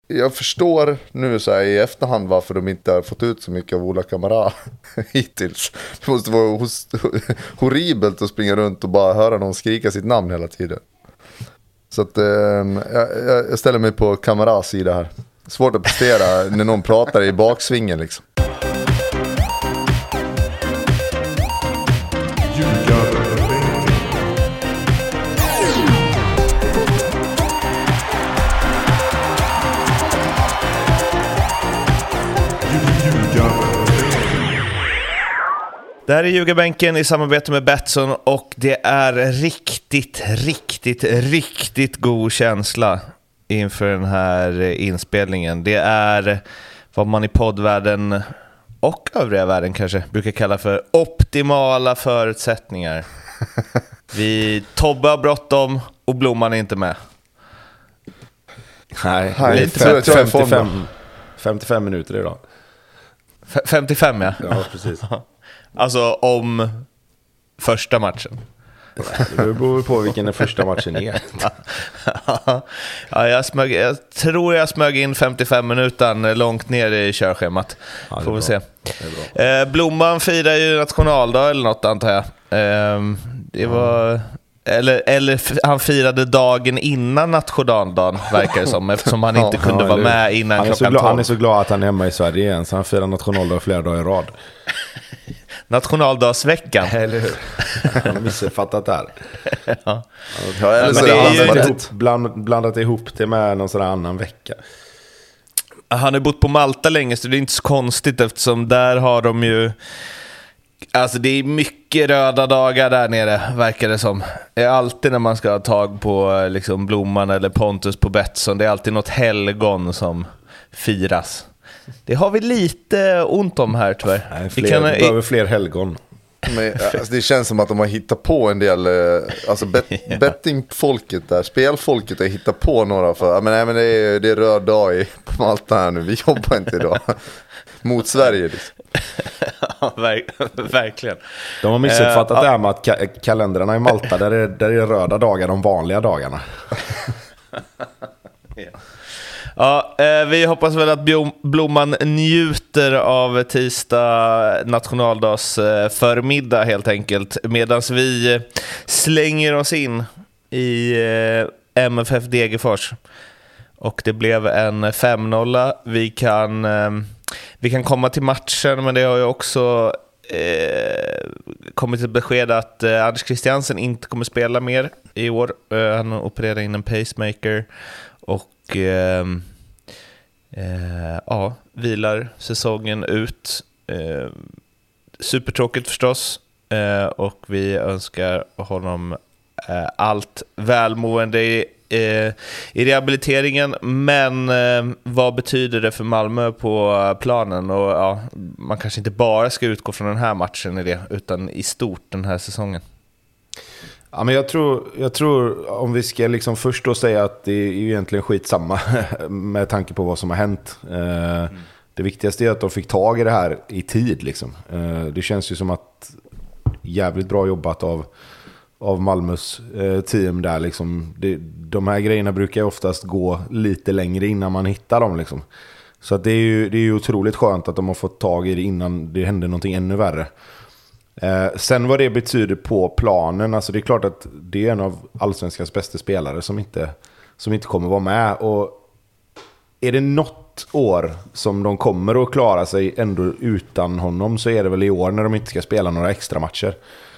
jag förstår nu så här i efterhand varför de inte har fått ut så mycket av Ola Kamara hittills. Det måste vara horribelt att springa runt och bara höra någon skrika sitt namn hela tiden. Så att jag ställer mig på Kamaras sida här. Svårt att prestera när någon pratar i baksvingen liksom. Det här är Ljugarbänken i samarbete med Betsson och det är riktigt god känsla inför den här inspelningen. Det är vad man i poddvärlden och övriga världen kanske brukar kalla för optimala förutsättningar. Tobbe har bråttom och Blomman är inte med. Nej, det är 55 minuter idag. 55, ja. Ja, precis. Alltså om första matchen. Det beror på vilken den första matchen är. Ja, jag tror jag smög in 55 minuter långt ner i körschemat. Ja, får vi se. Blomman firar ju nationaldag eller något, antar jag. Det var... Eller han firade dagen innan nationaldagen, verkar det som, eftersom han inte kunde vara med innan klockan 12. Han är så glad att han är hemma i Sverige igen, så han firar nationaldag flera dagar i rad. Nationaldagsveckan. Eller hur? Han har missuppfattat det här. Ja, men det är ju blandat ihop det med någon sån annan vecka. Han har bott på Malta länge, så det är inte så konstigt, eftersom där har de ju... Alltså det är mycket röda dagar där nere, verkar det som. Det är alltid när man ska ha tag på liksom Blomman eller Pontus på Betsson. Det är alltid något helgon som firas. Det har vi lite ont om här tyvärr. Nej, vi behöver fler helgon. Men, alltså, det känns som att de har hittat på en del alltså bettingfolket där, spelfolket har hittat på några för, men det är röd dag på Malta här nu, vi jobbar inte idag mot Sverige liksom. Ja, verkligen. De har missuppfattat det här med att kalendrarna i Malta, där är röda dagar de vanliga dagarna. Ja, vi hoppas väl att Blomman njuter av tisdag nationaldags förmiddag helt enkelt, medan vi slänger oss in i MFF Degerfors. Och det blev en 5-0. Vi kan komma till matchen, men det har ju också kommit ett besked att Anders Christiansen inte kommer spela mer i år. Han opererar in en pacemaker och vilar säsongen ut. Supertråkigt förstås, och vi önskar honom allt välmående i rehabiliteringen. Men vad betyder det för Malmö på planen? Och man kanske inte bara ska utgå från den här matchen i det, utan i stort den här säsongen. Ja, men jag tror om vi ska liksom först då säga att det är egentligen skitsamma med tanke på vad som har hänt. Det viktigaste är att de fick tag i det här i tid liksom. Det känns ju som att jävligt bra jobbat av Malmös team där liksom. De här grejerna brukar oftast gå lite längre innan man hittar dem liksom. Så att det är ju otroligt skönt att de har fått tag i det innan det hände någonting ännu värre. Sen vad det betyder på planen, alltså det är klart att det är en av allsvenskans bästa spelare som inte kommer vara med, och är det något år som de kommer att klara sig ändå utan honom, så är det väl i år när de inte ska spela några extra matcher.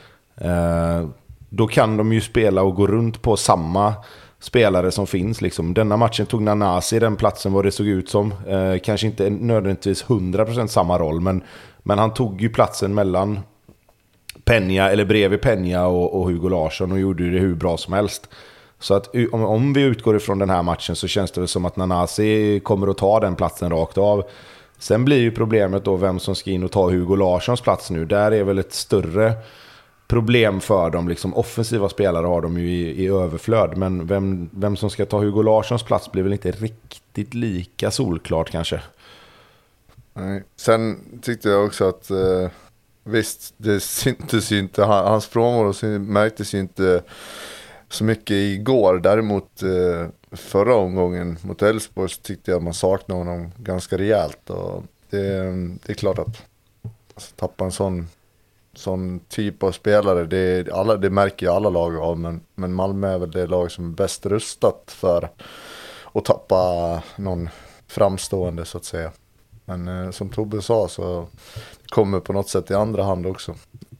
Då kan de ju spela och gå runt på samma spelare som finns liksom. Denna matchen tog Nanasi den platsen vad det såg ut som. Kanske inte nödvändigtvis 100% samma roll, men han tog ju platsen mellan Peña, eller bredvid Peña och Hugo Larsson, och gjorde det hur bra som helst. Så att om vi utgår ifrån den här matchen, så känns det väl som att Nanasi kommer att ta den platsen rakt av. Sen blir ju problemet då vem som ska in och ta Hugo Larssons plats nu. Där är väl ett större problem för dem liksom. Offensiva spelare har de ju i överflöd, men vem som ska ta Hugo Larssons plats blir väl inte riktigt lika solklart kanske. Nej. Sen tyckte jag också att visst, det syntes ju inte, hans frånvaro märktes ju inte så mycket igår. Däremot förra omgången mot Elfsborg så tyckte jag att man saknade honom ganska rejält. Och det är klart att alltså, tappa en sån typ av spelare, det märker ju alla lag av, men Malmö är väl det lag som är bäst rustat för att tappa någon framstående så att säga. Men som Tobbe sa så kommer på något sätt i andra hand också.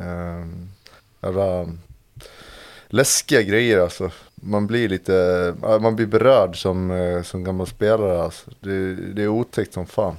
Läskiga grejer alltså. Man blir berörd som gammal spelare alltså. Det är otäckt som fan.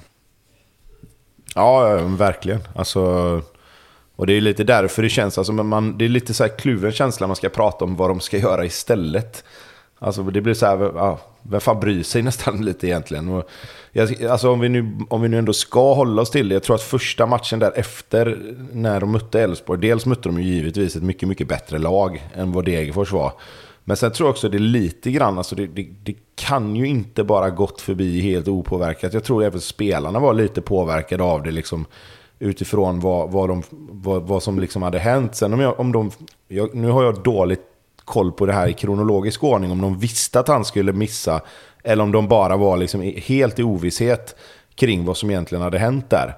Ja, verkligen. Alltså, och det är lite därför det känns alltså, det är lite så här kluven känsla man ska prata om vad de ska göra istället. Alltså det blir så här, vem fan bryr sig nästan lite egentligen. Och alltså om vi nu ändå ska hålla oss till det, jag tror att första matchen där efter när de mötte Elfsborg, dels mötte de ju givetvis ett mycket, mycket bättre lag än vad Degerfors var. Men sen tror jag också det är lite grann, alltså det kan ju inte bara gått förbi helt opåverkat. Jag tror även spelarna var lite påverkade av det liksom, utifrån vad som liksom hade hänt. Sen nu har jag dåligt koll på det här i kronologisk ordning, om de visste att han skulle missa eller om de bara var liksom helt i ovisshet kring vad som egentligen hade hänt där.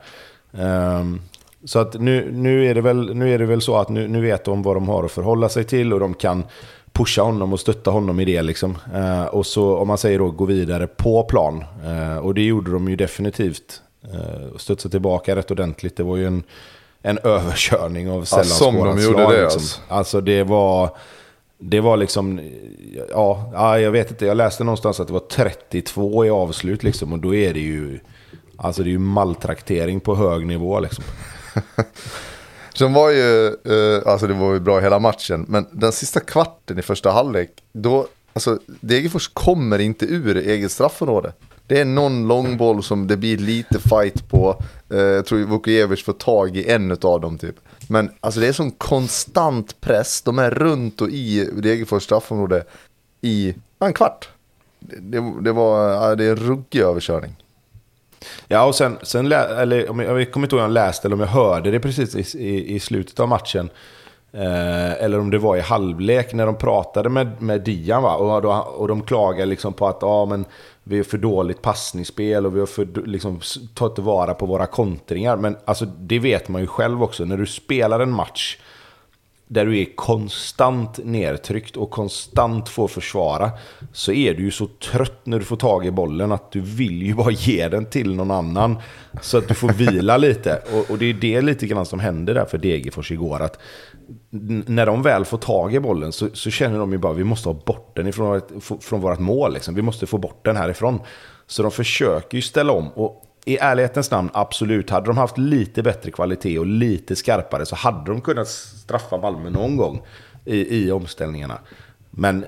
Så att nu är det väl så att nu vet de vad de har att förhålla sig till och de kan pusha honom och stötta honom i det liksom. Och så om man säger då gå vidare på plan, och det gjorde de ju definitivt, stötta tillbaka rätt ordentligt. Det var ju en överkörning av sällan som de gjorde slag, det liksom. Alltså det var liksom, ja, jag vet inte, jag läste någonstans att det var 32 i avslut liksom, och då är det ju, alltså det är ju maltraktering på hög nivå liksom. Som var ju, alltså det var ju bra hela matchen, men den sista kvarten i första halvlek, då, alltså Degerfors kommer inte ur eget straffområde. Det är någon långboll som det blir lite fight på. Jag tror Vukovic får tag i en av dem typ. Men alltså det är sån konstant press. De är runt och i Degerfors straffområde i en kvart. Det är en ruggig överkörning. Ja, och sen eller om jag kommer inte ihåg om jag läste eller om jag hörde det precis i slutet av matchen. Eller om det var i halvlek när de pratade med Dian, va? Och de klagar liksom på att men vi är för dåligt passningsspel och vi har för liksom tagit tillvara på våra kontringar. Men alltså det vet man ju själv också, när du spelar en match där du är konstant nedtryckt och konstant får försvara, så är du ju så trött när du får tag i bollen att du vill ju bara ge den till någon annan så att du får vila lite. Och det är det lite grann som händer där för Degerfors igår, att när de väl får tag i bollen så känner de ju bara, vi måste ha bort den från vårt mål liksom. Vi måste få bort den härifrån. Så de försöker ju ställa om, och i ärlighetens namn, absolut, hade de haft lite bättre kvalitet och lite skarpare så hade de kunnat straffa Malmö någon gång i omställningarna. Men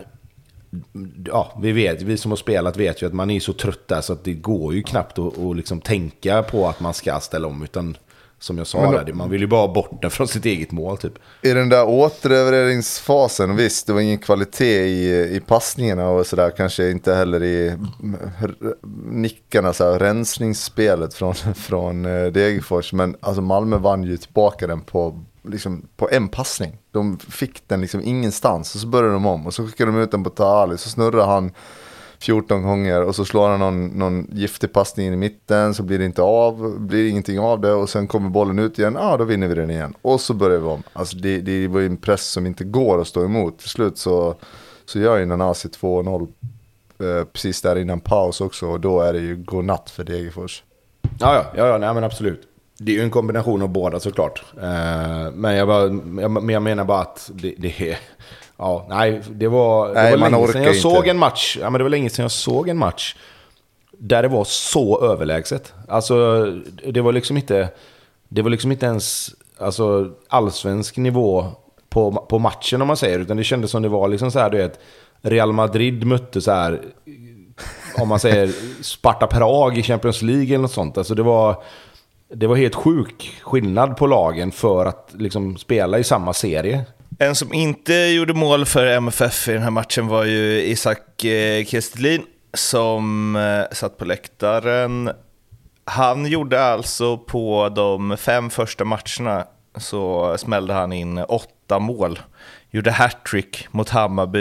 ja, vi som har spelat vet ju att man är så trött där så att det går ju knappt att liksom tänka på att man ska ställa om, utan som jag sa man vill ju bara bort den från sitt eget mål typ. I den där återövereringsfasen, visst, det var ingen kvalitet i passningarna och sådär, kanske inte heller i nickarna, så här, rensningsspelet från Degerfors, men alltså Malmö vann ju tillbaka den på en passning. De fick den liksom ingenstans och så började de om och så skickade de ut den på Tahali, så snurrar han 14 gånger och så slår han någon giftig passning in i mitten, så blir ingenting av det och sen kommer bollen ut igen, då vinner vi den igen och så börjar vi om. Alltså det var ju en press som inte går att stå emot. Till slut så gör ju Nanasi 2-0 precis där innan paus också, och då är det ju godnatt för Degerfors. Ja, nej men absolut. Det är ju en kombination av båda såklart. Men jag menar bara att det är... Ja, nej, det var länge sedan jag såg en match. Ja, men det var länge sedan jag såg en match där det var så överlägset. Alltså, det var liksom inte ens alltså allsvensk nivå på matchen om man säger, utan det kändes som det var liksom så här, du vet, Real Madrid mötte så här, om man säger Sparta Prag i Champions League eller något sånt. Alltså det var helt sjuk skillnad på lagen för att liksom spela i samma serie. En som inte gjorde mål för MFF i den här matchen var ju Isak Kristelin som satt på läktaren. Han gjorde alltså på de 5 första matcherna så smällde han in 8 mål. Gjorde hattrick mot Hammarby,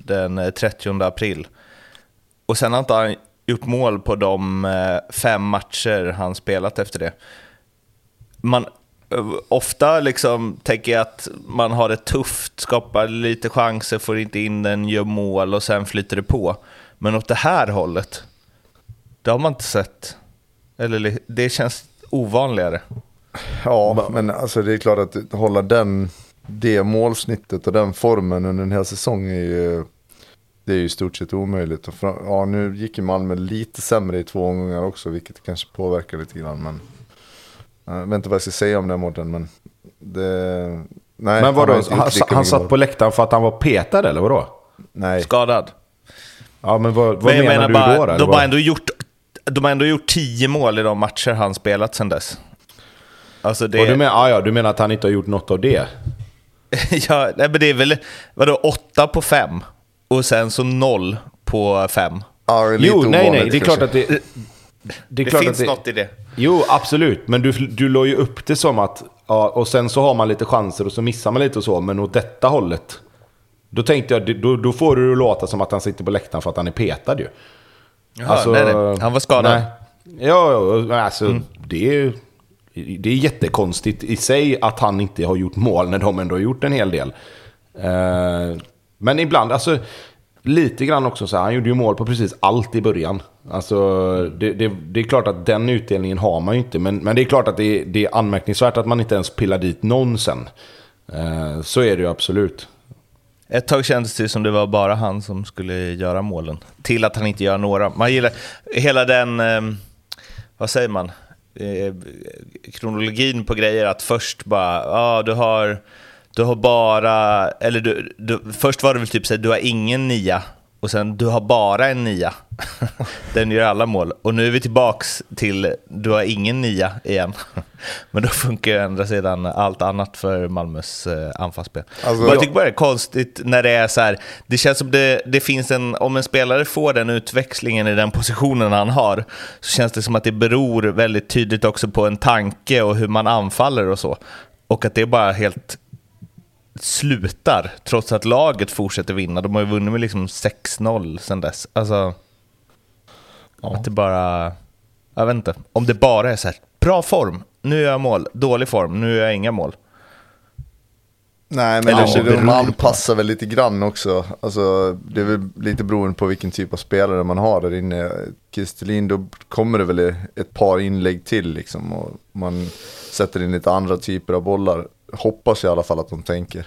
den 30 april. Och sen har inte han gjort mål på de 5 matcher han spelat efter det. Man ofta liksom tänker jag att man har det tufft, skapar lite chanser, får inte in den, gör mål och sen flyter det på. Men åt det här hållet, det har man inte sett. Eller det känns ovanligare. Ja, men alltså det är klart att hålla det målsnittet och den formen under en hel säsong det är ju i stort sett omöjligt. Och ja, nu gick ju Malmö lite sämre i 2 omgångar också, vilket kanske påverkar lite grann. Men jag vet inte vad jag ska säga om den måten, men det... Nej, men vadå, han satt på läktaren för att han var petad eller vadå? Nej. Skadad. Ja, men vad menar du bara, då? De har ändå gjort 10 mål i de matcher han spelat sedan dess. Alltså det... du menar att han inte har gjort något av det? Ja, men det är väl 8 på 5 och sen så 0 på 5. Ja, det är klart att det finns något i det. Jo, absolut, men du la ju upp det som att och sen så har man lite chanser och så missar man lite och så, men åt detta hållet då tänkte jag, då får du låta som att han sitter på läktaren för att han är petad ju. Jaha, alltså, nej. Han var skadad. Nej. Ja, alltså det är jättekonstigt i sig att han inte har gjort mål när de ändå har gjort en hel del. Men ibland, alltså lite grann också så här, han gjorde ju mål på precis allt i början. Alltså det är klart att den utdelningen har man ju inte, men det är klart att det är anmärkningsvärt att man inte ens pillar dit någon sen. Så är det ju absolut. Ett tag kändes det som det var bara han som skulle göra målen, till att han inte gör några. Man gillar hela den, vad säger man, kronologin på grejer, att först bara, du har bara, eller först var det väl typ så här, du har ingen 9 och sen du har bara en 9. Den gör alla mål. Och nu är vi tillbaks till du har ingen 9 igen. Men då funkar ju ändra sedan allt annat för Malmös anfallsspel. Alltså, jag tycker bara det är konstigt när det är så här, det känns som det finns om en spelare får den utväxlingen i den positionen han har, så känns det som att det beror väldigt tydligt också på en tanke och hur man anfaller och så. Och att det är bara helt slutar trots att laget fortsätter vinna. De har ju vunnit med liksom 6-0 sen dess. Alltså att det bara, jag vet inte, om det bara är så här, bra form, nu är jag mål, dålig form, nu är jag inga mål. Nej, men man passar väl lite grann också. Alltså, det är väl lite beroende på vilken typ av spelare man har där inne. Kristelin, då kommer det väl ett par inlägg till liksom, och man sätter in lite andra typer av bollar. Hoppas i alla fall att de tänker.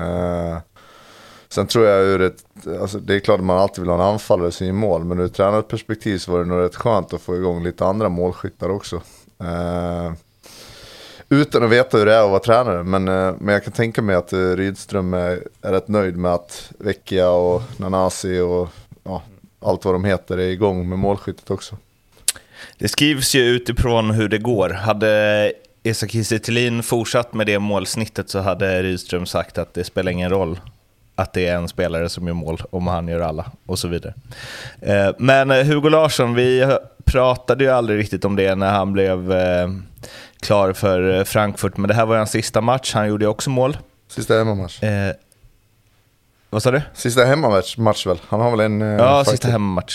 Sen tror jag alltså det är klart att man alltid vill ha en anfallare som i mål, men ur ett tränarperspektiv så var det nog rätt skönt att få igång lite andra målskyttar också. Utan att veta hur det är att vara tränare, men jag kan tänka mig att Rydström är rätt nöjd med att Vecchia och Nanasi och allt vad de heter är igång med målskyttet också. Det skrivs ju utifrån hur det går. Hade Isak Kiese Thelin fortsatt med det målsnittet så hade Rydström sagt att det spelar ingen roll att det är en spelare som gör mål om han gör alla och så vidare. Men Hugo Larsson, vi pratade ju aldrig riktigt om det när han blev klar för Frankfurt, men det här var hans sista match. Han gjorde också mål. Sista hemmamatch. Vad sa du? Sista hemmamatch väl? Han har väl en... ja, sista hemmamatch.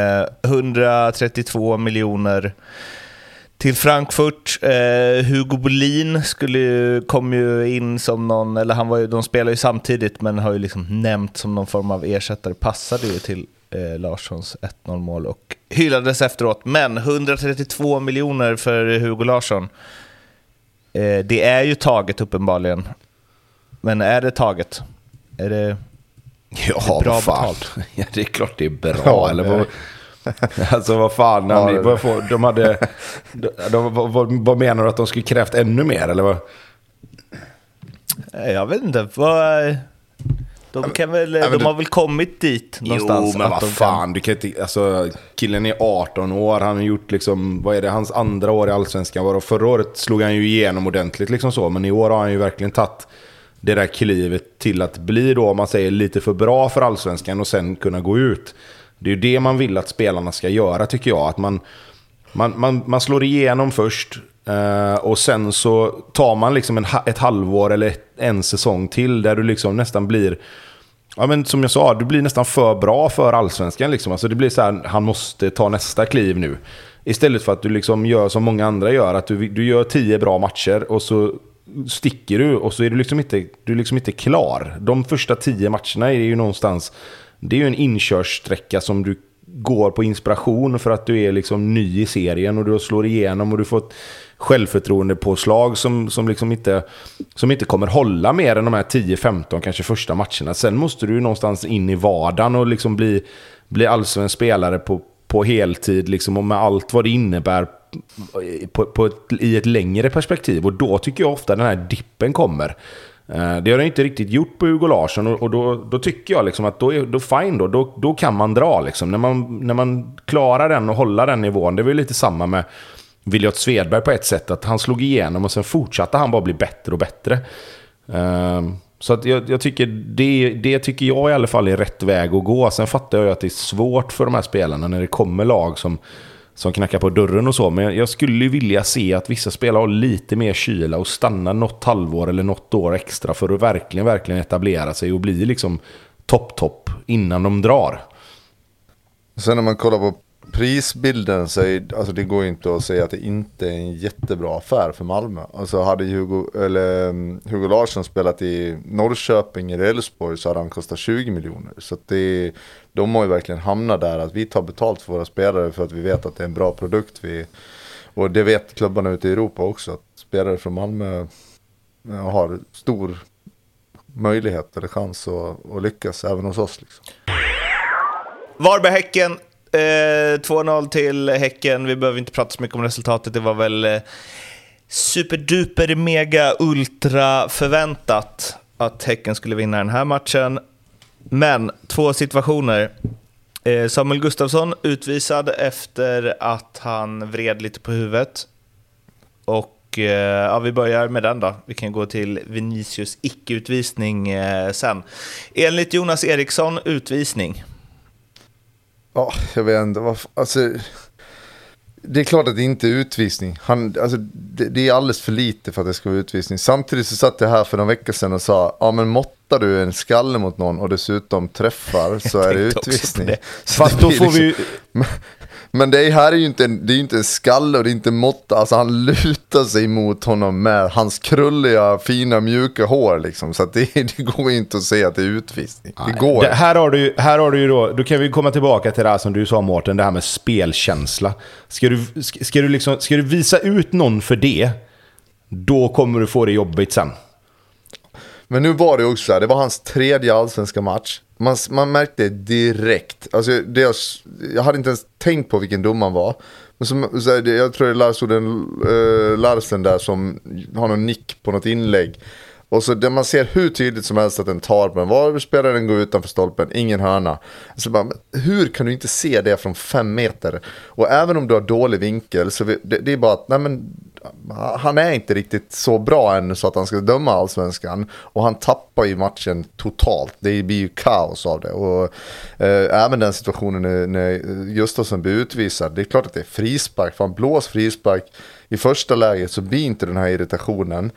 132 miljoner till Frankfurt. Hugo Bolin kom ju in som någon, eller de spelar ju samtidigt, men har ju liksom nämnt som någon form av ersättare. Passade ju till Larssons 1-0 mål och hyllades efteråt. Men 132 miljoner för Hugo Larsson. Det är ju taget uppenbarligen. Men är det taget? Är det bra betalt? Ja, det är klart det är bra. Ja, eller alltså vad fan, vad menar du, att de skulle krävt ännu mer eller vad? Jag vet inte. De har väl kommit dit någonstans. Jo, men vad fan, du kan inte, alltså, killen är 18 år, han har gjort liksom, vad är det, hans andra år i Allsvenskan. Förra året slog han ju igenom ordentligt liksom så, men i år har han ju verkligen tagit det där klivet till att bli då, om man säger, lite för bra för Allsvenskan och sen kunna gå ut. Det är ju det man vill att spelarna ska göra, tycker jag. Att man slår igenom först och sen så tar man liksom ett halvår eller en säsong till där du liksom nästan blir Ja, men som jag sa, du blir nästan för bra för allsvenskan liksom. Alltså det blir så här, han måste ta nästa kliv nu. Istället för att du liksom gör som många andra gör, att du gör 10 bra matcher och så sticker du och så är du liksom inte klar. De första 10 matcherna är ju någonstans, det är ju en inkörssträcka som du går på inspiration för att du är liksom ny i serien och du slår igenom och du får ett självförtroende på slag som liksom inte kommer hålla mer än de här 10-15 kanske första matcherna. Sen måste du ju någonstans in i vardagen och liksom bli allsvensk spelare på heltid liksom, och med allt vad det innebär i ett längre perspektiv. Och då tycker jag ofta den här dippen kommer. Det har jag inte riktigt gjort på Hugo Larsson, och då tycker jag liksom att då fine då kan man dra liksom. När man klarar den och håller den nivån. Det var ju lite samma med Williot Svedberg på ett sätt, att han slog igenom och sen fortsatte han bara bli bättre och bättre. Så att jag tycker det tycker jag i alla fall är rätt väg att gå. Sen fattar jag ju att det är svårt för de här spelarna när det kommer lag som knackar på dörren och så. Men jag skulle ju vilja se att vissa spelare har lite mer kyla och stanna något halvår eller något år extra för att verkligen etablera sig och bli liksom topp innan de drar. Sen när man kollar på prisbilden så alltså det går ju inte att säga att det inte är en jättebra affär för Malmö. Alltså hade Hugo Larsson spelat i Norrköping eller Elfsborg så hade han kostat 20 miljoner. Så att de har ju verkligen hamnat där att vi tar betalt för våra spelare för att vi vet att det är en bra produkt. Och det vet klubbarna ute i Europa också, att spelare från Malmö har stor möjlighet eller chans att lyckas även hos oss liksom. Varberg-Häcken 2-0 till Häcken. Vi behöver inte prata så mycket om resultatet. Det var väl superduper mega ultra förväntat att Häcken skulle vinna den här matchen. Men 2 situationer. Samuel Gustafsson utvisad efter att han vred lite på huvudet. Och vi börjar med den då. Vi kan gå till Vinicius icke-utvisning sen. Enligt Jonas Eriksson utvisning. Ja, jag vet inte. Alltså, det är klart att det inte är utvisning. Det är alldeles för lite för att det ska vara utvisning. Samtidigt så satt jag här för några veckor sedan och sa, ja men måttar du en skalle mot någon och dessutom träffar så är det utvisning. Fast då får vi... Men det här är ju inte en skalle och det är inte måtta. Alltså han lutar sig mot honom med hans krulliga, fina, mjuka hår liksom. Så att det går inte att säga att det är utvisning. Det går. Här har du ju då kan vi komma tillbaka till det här som du sa, Mårten, det här med spelkänsla. Ska du visa ut någon för det, då kommer du få det jobbigt sen. Men nu var det också så här, det var hans 3:e allsvenska match. Man märkte det direkt. Alltså, jag hade inte ens tänkt på vilken dom han var. Men jag tror det är Larsen där som har någon nick på något inlägg. Och så där man ser hur tydligt som helst att den tar på den. Var spelaren går utanför stolpen, ingen hörna. Så bara, hur kan du inte se det från 5 meter? Och även om du har dålig vinkel så det är bara att han är inte riktigt så bra än så att han ska döma allsvenskan. Och han tappar ju matchen totalt. Det blir ju kaos av det. Och även den situationen när Gustafsson blir utvisad. Det är klart att det är frispark. För han blås frispark i första läget så blir inte den här irritationen.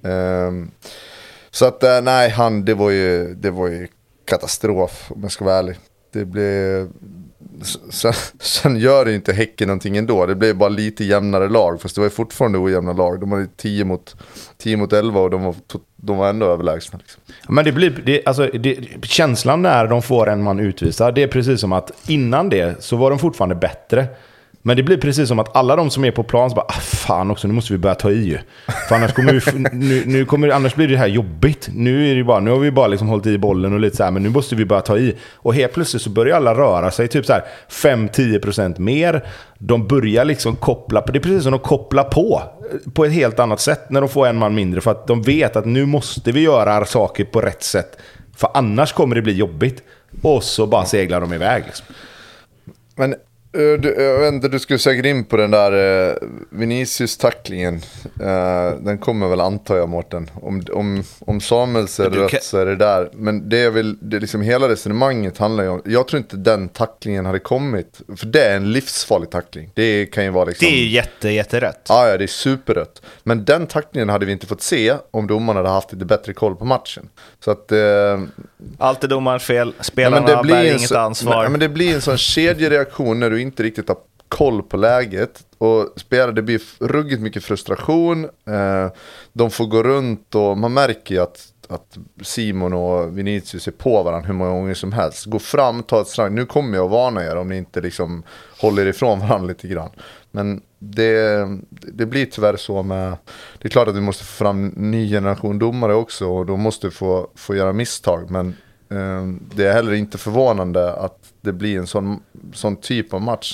Så att nej, det var ju katastrof om jag ska vara ärlig. Det blev sen gör det inte Häcken någonting ändå. Det blev bara lite jämnare lag, fast det var ju fortfarande ojämna lag. De hade 10 mot 11 och de var ändå överlägsna liksom. Men känslan när de får en man utvisad, det är precis som att innan det så var de fortfarande bättre. Men det blir precis som att alla de som är på plan så bara, fan också, nu måste vi börja ta i ju. För annars annars blir det här jobbigt. Nu har vi bara liksom hållit i bollen och lite så här, men nu måste vi börja ta i. Och helt plötsligt så börjar alla röra sig typ så här 5-10% mer. De börjar liksom koppla på. Det är precis som de kopplar på ett helt annat sätt när de får en man mindre. För att de vet att nu måste vi göra saker på rätt sätt. För annars kommer det bli jobbigt. Och så bara seglar de iväg liksom. Men Jag vet inte, du skulle säkert in på den där Vinicius-tacklingen. Den kommer väl, antar jag, Mårten. Om Samuels är rött så är det där. Men det är väl, det är liksom, hela resonemanget handlar ju om, jag tror inte den tacklingen hade kommit. För det är en livsfarlig tackling. Det kan ju vara liksom, det är ju jätterött. Ja, det är superrött. Men den tacklingen hade vi inte fått se om domarna hade haft lite bättre koll på matchen. Så att... allt är domarens fel. Spelarna bär inget ansvar. Men det blir en sån kedjereaktion när du inte riktigt har koll på läget. Och spelare, det blir ruggigt mycket frustration. De får gå runt och man märker ju att Simon och Vinicius är på varandra hur många gånger som helst. Gå fram, ta ett slag. Nu kommer jag att varna er om ni inte liksom håller ifrån varandra lite grann. Men det blir tyvärr så med... Det är klart att vi måste få fram ny generation domare också. Och de måste få göra misstag. Men det är heller inte förvånande att det blir en sån typ av match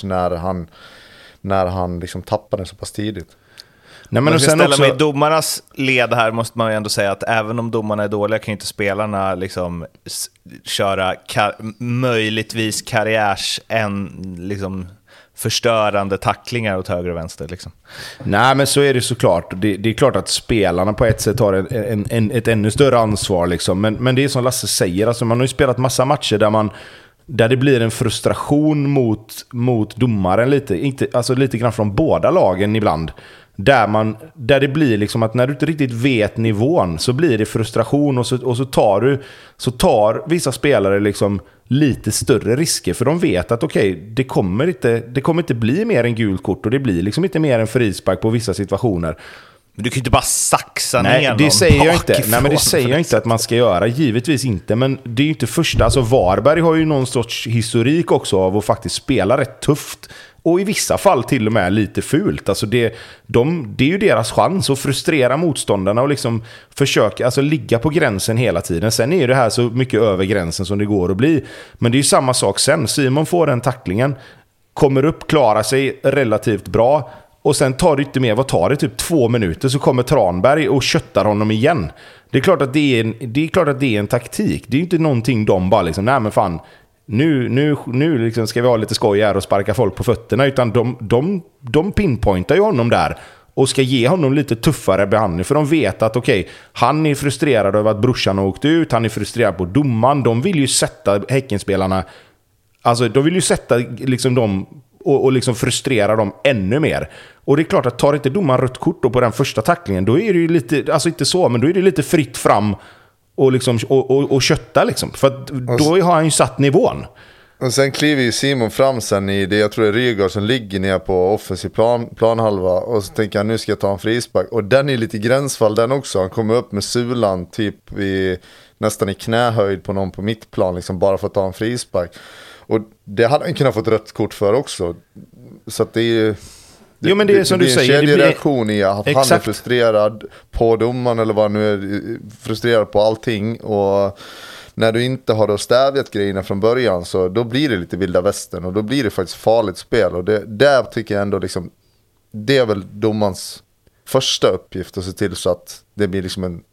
när han liksom tappar den så pass tidigt. Nej, men sen ställa mig i domarnas led här, måste man ju ändå säga att även om domarna är dåliga kan ju inte spelarna liksom köra möjligtvis liksom förstörande tacklingar åt höger och vänster liksom. Nej, men så är det såklart. Det är klart att spelarna på ett sätt har ett ännu större ansvar liksom. Men det är som Lasse säger, alltså man har ju spelat massa matcher där det blir en frustration mot domaren lite grann från båda lagen ibland. Där det blir liksom att när du inte riktigt vet nivån så blir det frustration och så tar vissa spelare liksom lite större risker, för de vet att det kommer inte bli mer än gult kort och det blir liksom inte mer än frispark på vissa situationer. Men du kan ju inte bara saxa ner någon. Det säger jag inte. Nej, men det säger jag inte att man ska göra, givetvis inte, men det är ju inte första. Alltså Varberg har ju någon sorts historik också av att faktiskt spela rätt tufft och i vissa fall till och med lite fult. Alltså det är ju deras chans att frustrera motståndarna och liksom försöka ligga på gränsen hela tiden. Sen är ju det här så mycket över gränsen som det går att bli. Men det är ju samma sak sen. Simon får den tacklingen, kommer upp, klarar sig relativt bra. Och sen tar det inte mer, vad tar det? Typ 2 minuter så kommer Tranberg och köttar honom igen. Det är klart att det är en taktik. Det är inte någonting de bara liksom, nej men fan, nu liksom ska vi ha lite skoj här och sparka folk på fötterna. Utan de pinpointar ju honom där och ska ge honom lite tuffare behandling. För de vet att han är frustrerad över att brorsan har åkt ut. Han är frustrerad på domaren. De vill ju sätta Häckenspelarna, alltså de vill ju sätta liksom dem och liksom frustrera dem ännu mer. Och det är klart att tar inte domaren rött kort då på den första tacklingen, då är det ju lite, alltså inte så, men då är det lite fritt fram och liksom och kötta liksom. För att då har han ju satt nivån. Och sen kliver ju Simon fram sen i det, jag tror det är Rygaard som ligger ner på offensiv planhalva, och så tänker han, nu ska jag ta en frispark. Och den är lite gränsfall den också. Han kommer upp med sulan typ nästan i knähöjd på någon på mittplan liksom, bara för att ta en frispark. Och det hade han kunnat få ett rött kort för också. Så att det är jo, men det är som du säger, det blir en kedjereaktion i att han är frustrerad på domaren eller vad nu är, frustrerad på allting. Och när du inte har då stävjat grejerna från början, så då blir det lite vilda västern och då blir det faktiskt farligt spel. Och där tycker jag ändå liksom, det är väl domarens första uppgift att se till så att det blir liksom en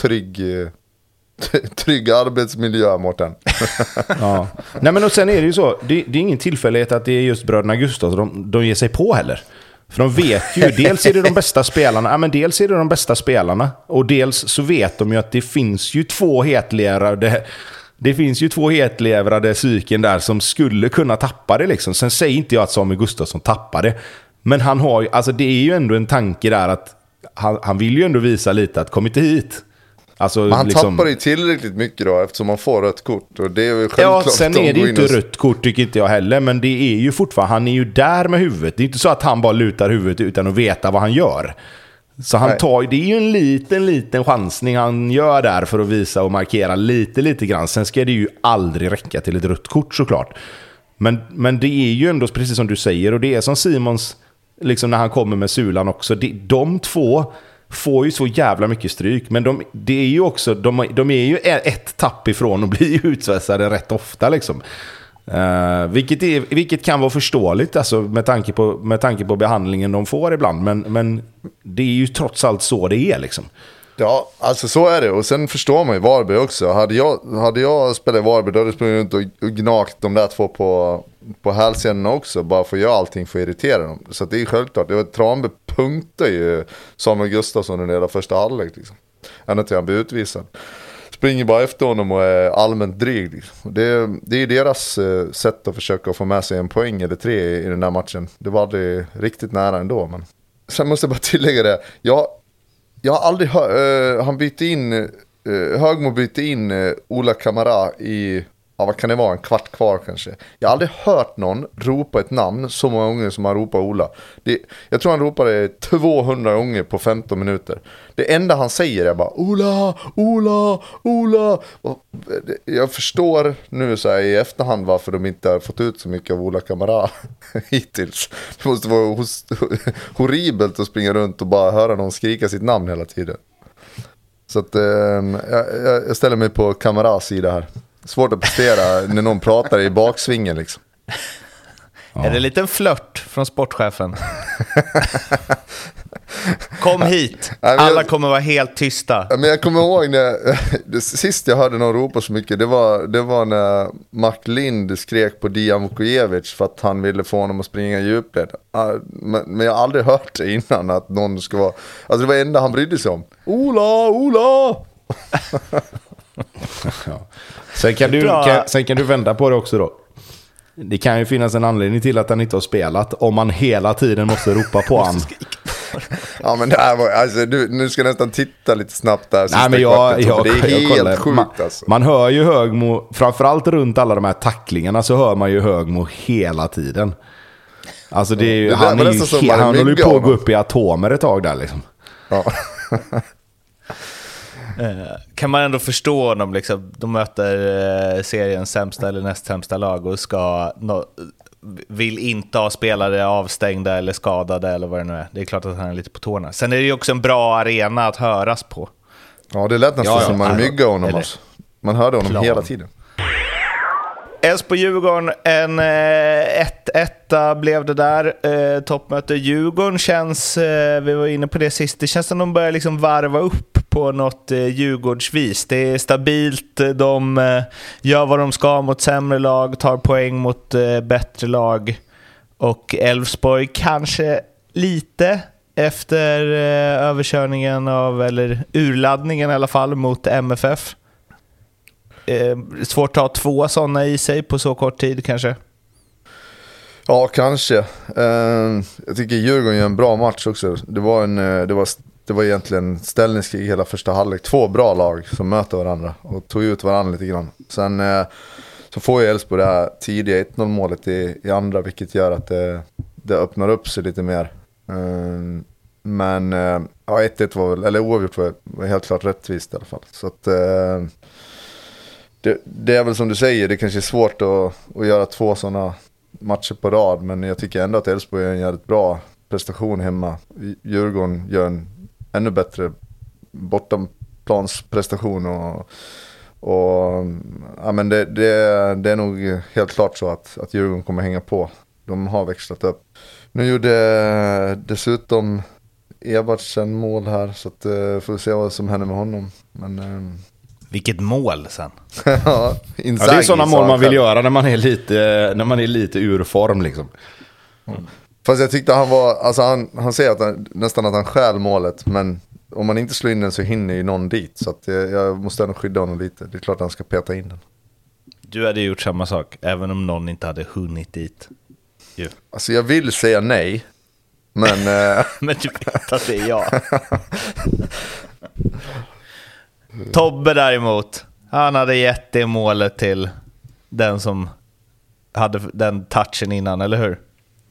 trygg arbetsmiljö, Mårten. Ja. Nej, men och sen är det ju så, det är ingen tillfällighet att det är just bröderna Gustafsson de ger sig på heller. För de vet ju, dels är det de bästa spelarna, men dels är det de bästa spelarna, och dels så vet de ju att det finns ju två hetlevrade psyken där som skulle kunna tappa det liksom. Sen säger inte jag att Samuel Gustafsson tappar det, men han har ju, alltså det är ju ändå en tanke där att han vill ju ändå visa lite att kom inte hit. Alltså, men han liksom, tappar ju tillräckligt mycket då, eftersom man får rött kort. Och det är väl självklart. Ja, sen är det inte rött kort tycker inte jag heller. Men det är ju fortfarande, han är ju där med huvudet. Det är inte så att han bara lutar huvudet utan att veta vad han gör. Så han tar, det är ju en liten chansning han gör där för att visa och markera lite grann. Sen ska det ju aldrig räcka till ett rött kort såklart. Men det är ju ändå precis som du säger, och det är som Simons liksom när han kommer med sulan också. De två får ju så jävla mycket stryk, men det är ju också, de är ju ett tapp ifrån och blir utsvässade rätt ofta liksom. Vilket kan vara förståeligt alltså, med tanke på behandlingen de får ibland, men det är ju trots allt så det är liksom. Ja, alltså så är det. Och sen förstår man ju Varberg också. Hade jag spelat i Varberg, då hade jag sprungit runt och gnagt de där två på hälsenorna också. Bara för att göra allting för att irritera dem. Så det är självklart. Tranberg punktar ju Samuel Gustafsson under hela första halvlek. Liksom. Ända till han blir utvisad. Springer bara efter honom och är allmänt dryg. Liksom. Det är deras sätt att försöka få med sig en poäng eller 3 i den där matchen. Det var aldrig riktigt nära ändå. Men sen måste jag bara tillägga det. Jag har aldrig hört, han bytte in, Högmo bytte in Ola Kamara i, vad kan det vara, en kvart kvar kanske. Jag har aldrig hört någon ropa ett namn så många gånger som han ropar Ola. Jag tror han ropade 200 gånger på 15 minuter. Det enda han säger är bara Ola, Ola, Ola. Och jag förstår nu så här i efterhand varför de inte har fått ut så mycket av Ola Kamara hittills. Det måste vara horribelt att springa runt och bara höra någon skrika sitt namn hela tiden. Så att jag ställer mig på Kamaras sida här. Svårt att prestera när någon pratar i baksvingen liksom. Ja. Är det en liten flört från sportchefen? Kom hit. Alla kommer vara helt tysta. Men jag kommer ihåg det sist jag hörde någon ropa så mycket. Det var när Mark Lind skrek på Dijan Vukojevic för att han ville få honom att springa djupled. Men jag har aldrig hört det innan att någon ska vara... Alltså det var det enda han brydde sig om. Ola, Ola! Ja. Sen kan du vända på det också då. Det kan ju finnas en anledning till att han inte har spelat om man hela tiden måste ropa på han. Ja men det här var, alltså, nu ska jag nästan titta lite snabbt där. Nej, men det är helt sjukt alltså. Man hör ju Högmo, framförallt runt alla de här tacklingarna så hör man ju Högmo hela tiden. Alltså det är ju, han håller ju på att gå upp i atomer ett tag där liksom. Ja. Kan man ändå förstå honom liksom, de möter seriens sämsta eller näst sämsta lag och vill inte ha spelare avstängda eller skadade eller vad det nu är. Det är klart att han är lite på tårna. Sen är det ju också en bra arena att höras på. Ja, det lät nästan som man myggar honom alltså. Man hörde honom hela tiden. Elfsborg-Djurgården, en 1-1 blev det där. Toppmöte Djurgården känns, vi var inne på det sist, det känns som de börjar liksom varva upp på något Djurgårdsvis. Det är stabilt, de gör vad de ska mot sämre lag, tar poäng mot bättre lag. Och Elfsborg kanske lite efter överkörningen eller urladdningen i alla fall mot MFF. Svårt att ha 2 sådana i sig på så kort tid kanske. Ja, kanske. Jag tycker Djurgården gör en bra match också. Det var egentligen ställningskrig hela första halvlek. 2 bra lag som möter varandra och tog ut varandra lite grann. Sen så får ju Elfsborg det här tidiga 1-0 målet i andra, vilket gör att det öppnar upp sig lite mer. Men 1-1 var väl, eller oavgjort var helt klart rättvist i alla fall. Så att det är väl som du säger, det kanske är svårt att göra 2 sådana matcher på rad, men jag tycker ändå att Elfsborg gör en jävligt bra prestation hemma. Djurgården gör en ännu bättre bortaplansprestation och ja, men det är nog helt klart så att Djurgården kommer hänga på. De har växlat upp. Nu gjorde dessutom Evertsen mål här, så att får vi se vad som händer med honom. Men vilket mål sen. Ja, det är sådana mål man vill göra när man är lite ur form liksom. Mm. Fast jag tyckte han var, alltså han säger att nästan att han stjäl målet, men om man inte slår in den så hinner ju någon dit, så att jag måste ändå skydda honom lite. Det är klart att han ska peta in den. Du hade gjort samma sak även om någon inte hade hunnit dit. Alltså jag vill säga nej, men men du vet att det är jag. Tobbe däremot, han hade gett det målet till den som hade den touchen innan, eller hur?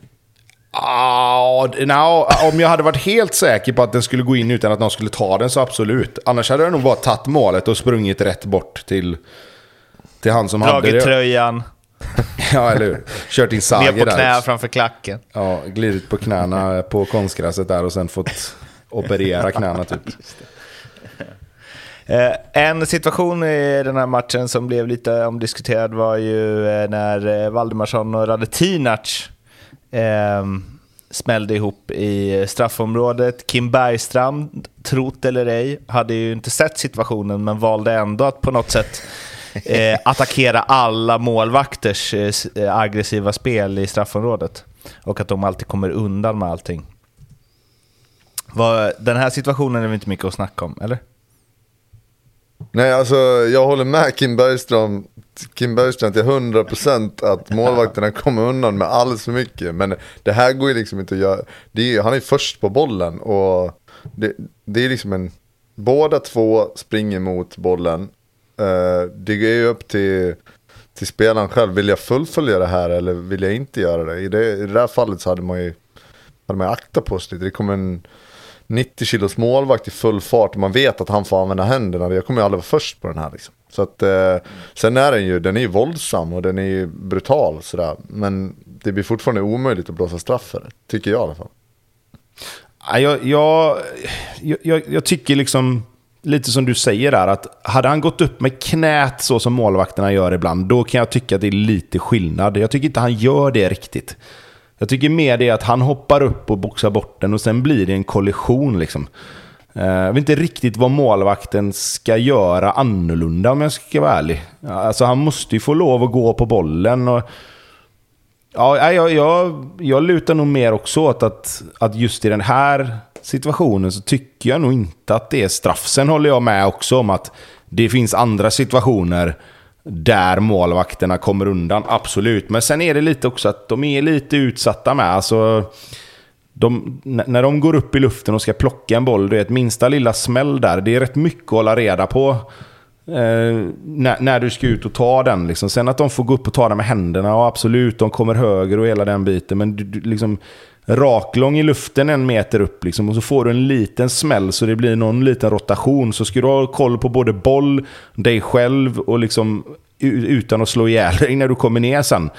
Om jag hade varit helt säker på att den skulle gå in utan att någon skulle ta den, så absolut. Annars hade jag nog bara tagit målet och sprungit rätt bort till han som hade det. Dragit tröjan. Ja, eller hur? Kört in Sager ner på knä framför klacken. Ja, glidit på knäna på konstgräset där och sen fått operera knäna typ. En situation i den här matchen som blev lite omdiskuterad var ju när Valdimarsson och Radetinac smällde ihop i straffområdet. Kim Bergstrand, trott eller ej, hade ju inte sett situationen men valde ändå att på något sätt attackera alla målvakters aggressiva spel i straffområdet. Och att de alltid kommer undan med allting. Den här situationen är väl inte mycket att snacka om, eller? Nej, alltså jag håller med Kim Bergstrand till 100% att målvakterna kommer undan med alldeles för mycket. Men det här går ju liksom inte att göra. Han är först på bollen och det är liksom båda två springer mot bollen. Det är ju upp till spelaren själv. Vill jag fullfölja det här eller vill jag inte göra det? I det här fallet så hade man ju akta på sig lite. Det kommer en 90 kilos målvakt i full fart och man vet att han får använda händerna. Jag kommer ju aldrig vara först på den här liksom. Så att sen är den är ju våldsam och den är ju brutal sådär. Men det blir fortfarande omöjligt att blåsa straff för det, tycker jag i alla fall. Jag tycker liksom lite som du säger där, att hade han gått upp med knät så som målvakterna gör ibland, då kan jag tycka att det är lite skillnad. Jag tycker inte han gör det riktigt. Jag tycker mer det att han hoppar upp och boxar bort den och sen blir det en kollision liksom. Jag vet inte riktigt vad målvakten ska göra annorlunda om jag ska vara ärlig. Alltså han måste ju få lov att gå på bollen och ja, jag lutar nog mer också åt att just i den här situationen så tycker jag nog inte att det är straff. Sen håller jag med också om att det finns andra situationer där målvakterna kommer undan, absolut. Men sen är det lite också att de är lite utsatta med. Alltså, när de går upp i luften och ska plocka en boll, det är ett minsta lilla smäll där. Det är rätt mycket att hålla reda på när du ska ut och ta den. Liksom. Sen att de får gå upp och ta den med händerna, och absolut, de kommer höger och hela den biten. Men du liksom raklång i luften 1 meter upp liksom, och så får du en liten smäll så det blir någon liten rotation, så ska du ha koll på både boll, dig själv och liksom utan att slå ihjäl dig när du kommer ner sen.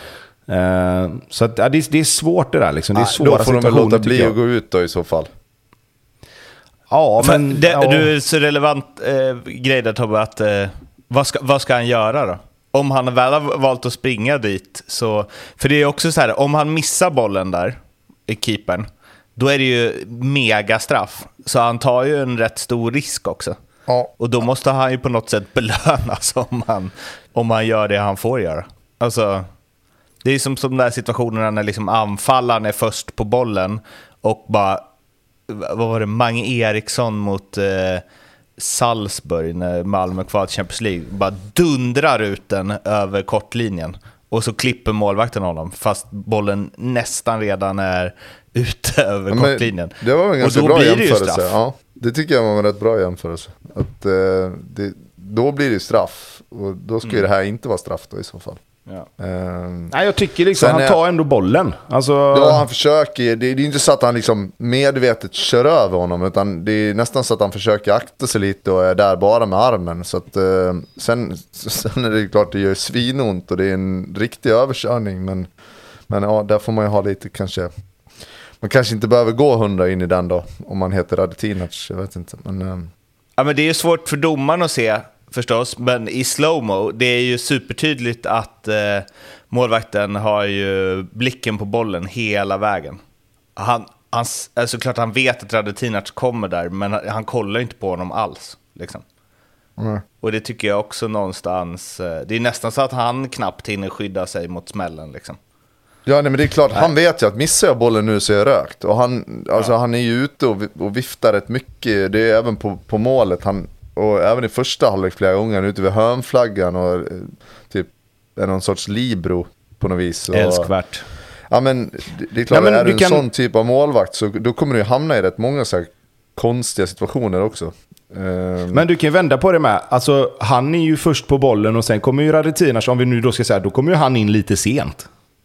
Så att, det är svårt det där liksom. Det är svåra då får de väl låta bli att gå ut då i så fall. Ja, men du är så relevant grej där, Tobbe, att vad ska han göra då? Om han väl har valt att springa dit så, för det är också så här, om han missar bollen där i keepern, då är det ju mega straff. Så han tar ju en rätt stor risk också. Ja. Och då måste han ju på något sätt belönas om han gör det han får göra. Alltså, det är som de där situationerna när liksom anfallaren är först på bollen och bara, vad var det, Mange Eriksson mot Salzburg när Malmö kvar till Champions League, bara dundrar ut den över kortlinjen. Och så klipper målvakten honom fast bollen nästan redan är ute över kortlinjen. Det var en ganska bra jämförelse. Ja, det tycker jag var en rätt bra jämförelse. Att, då blir det straff. Och då ska ju det här inte vara straff då i så fall. Ja. Nej, jag tycker liksom han tar ändå bollen. Alltså... Ja, han försöker. Det är inte så att han liksom medvetet kör över honom, utan det är nästan så att han försöker akta sig lite och är där bara med armen. Så att, sen är det klart det gör svinont och det är en riktig överkörning. Men ja, där får man ju ha lite kanske. Man kanske inte behöver gå 100 in i den då, om man heter Radetinac, jag vet inte. Ja, men det är ju svårt för domaren att se förstås, men i slowmo, det är ju supertydligt att målvakten har ju blicken på bollen hela vägen. Han såklart han vet att Radetinac kommer där, men han kollar inte på honom alls liksom. Och det tycker jag också någonstans, det är nästan så att han knappt hinner skydda sig mot smällen liksom. Ja, nej, men det är klart, han vet ju att missar jag bollen nu så är jag rökt. Och han är ju ute och viftar rätt mycket. Det är även på målet. Och även i första halvlek flera gånger ute vid hörnflaggan och typ är någon sorts libero på något vis. Älskvärt. Ja, men det är klart, är du en sån typ av målvakt så då kommer du hamna i rätt många så här konstiga situationer också. Men du kan ju vända på det med. Alltså, han är ju först på bollen och sen kommer ju Radetinac, om vi nu då ska säga, då kommer ju han in lite sent.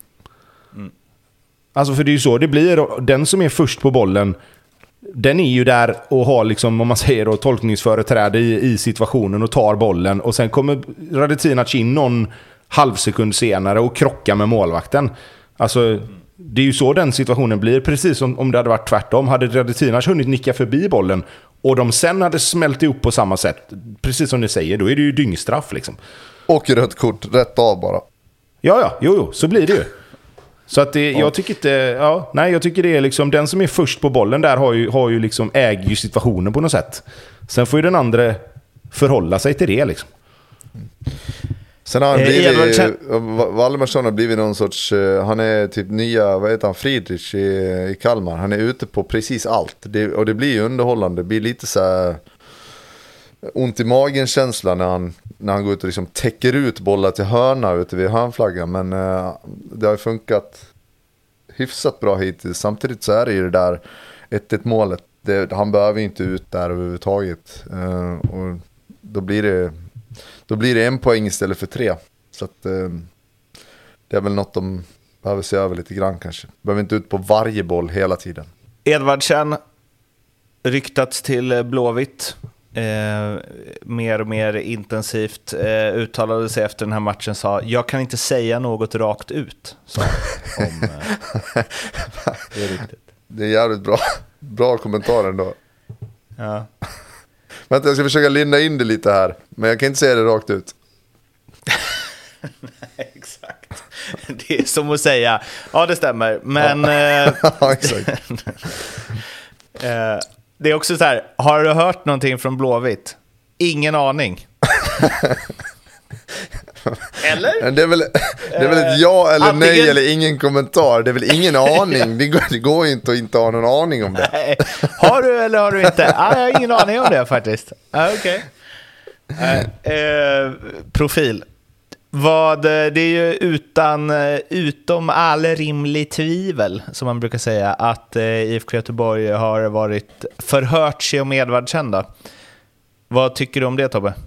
Alltså, för det är ju så det blir. Den som är först på bollen, den är ju där och har liksom, om man säger då, tolkningsföreträde i situationen och tar bollen, och sen kommer Radetinac in någon halvsekund senare och krockar med målvakten. Alltså, det är ju så den situationen blir, precis som om det hade varit tvärtom. Hade Radetinac hunnit nicka förbi bollen och de sen hade smält ihop på samma sätt, precis som ni säger, då är det ju dyngstraff liksom. Och rött kort, rätt av bara. Ja, jo, så blir det ju. Så att jag tycker inte, jag tycker det är liksom den som är först på bollen där har ju liksom äger ju situationen på något sätt. Sen får ju den andra förhålla sig till det liksom. Sen har han blivit, Valdemarsson har blivit någon sorts, han är typ nya, vad heter han, Friedrich i Kalmar. Han är ute på precis allt. Och det blir ju underhållande. Det blir lite så här ont i magen känsla när han går ut och liksom täcker ut bollar till hörna ute vid hörnflaggan. Men det har ju funkat hyfsat bra hittills. Samtidigt så är det ju det där 1-1 målet. Han behöver inte ut där överhuvudtaget. Och då blir det 1 poäng istället för 3. Så att det är väl något de behöver se över lite grann kanske. Behöver inte ut på varje boll hela tiden. Edvardsen ryktats till Blåvitt. Mer och mer intensivt uttalade sig efter den här matchen, sa jag kan inte säga något rakt ut, sa om det är riktigt. Det är jävligt bra kommentar ändå. Ja. Vänta, jag ska försöka linda in det lite här, men jag kan inte säga det rakt ut. Nej, exakt. Det är som att säga ja, det stämmer, men ja, exakt. Det är också så här, har du hört någonting från Blåvitt? Ingen aning. Eller? Det är väl ett ja eller nej eller ingen kommentar. Det är väl ingen aning. Det går ju inte att inte ha någon aning om det. Nej. Har du eller har du inte? Jag har ingen aning om det faktiskt. Okej. Profil. Det är ju utom all rimlig tvivel, som man brukar säga, att IFK Göteborg har förhört sig om Edvardsen då. Vad tycker du om det, Tobbe?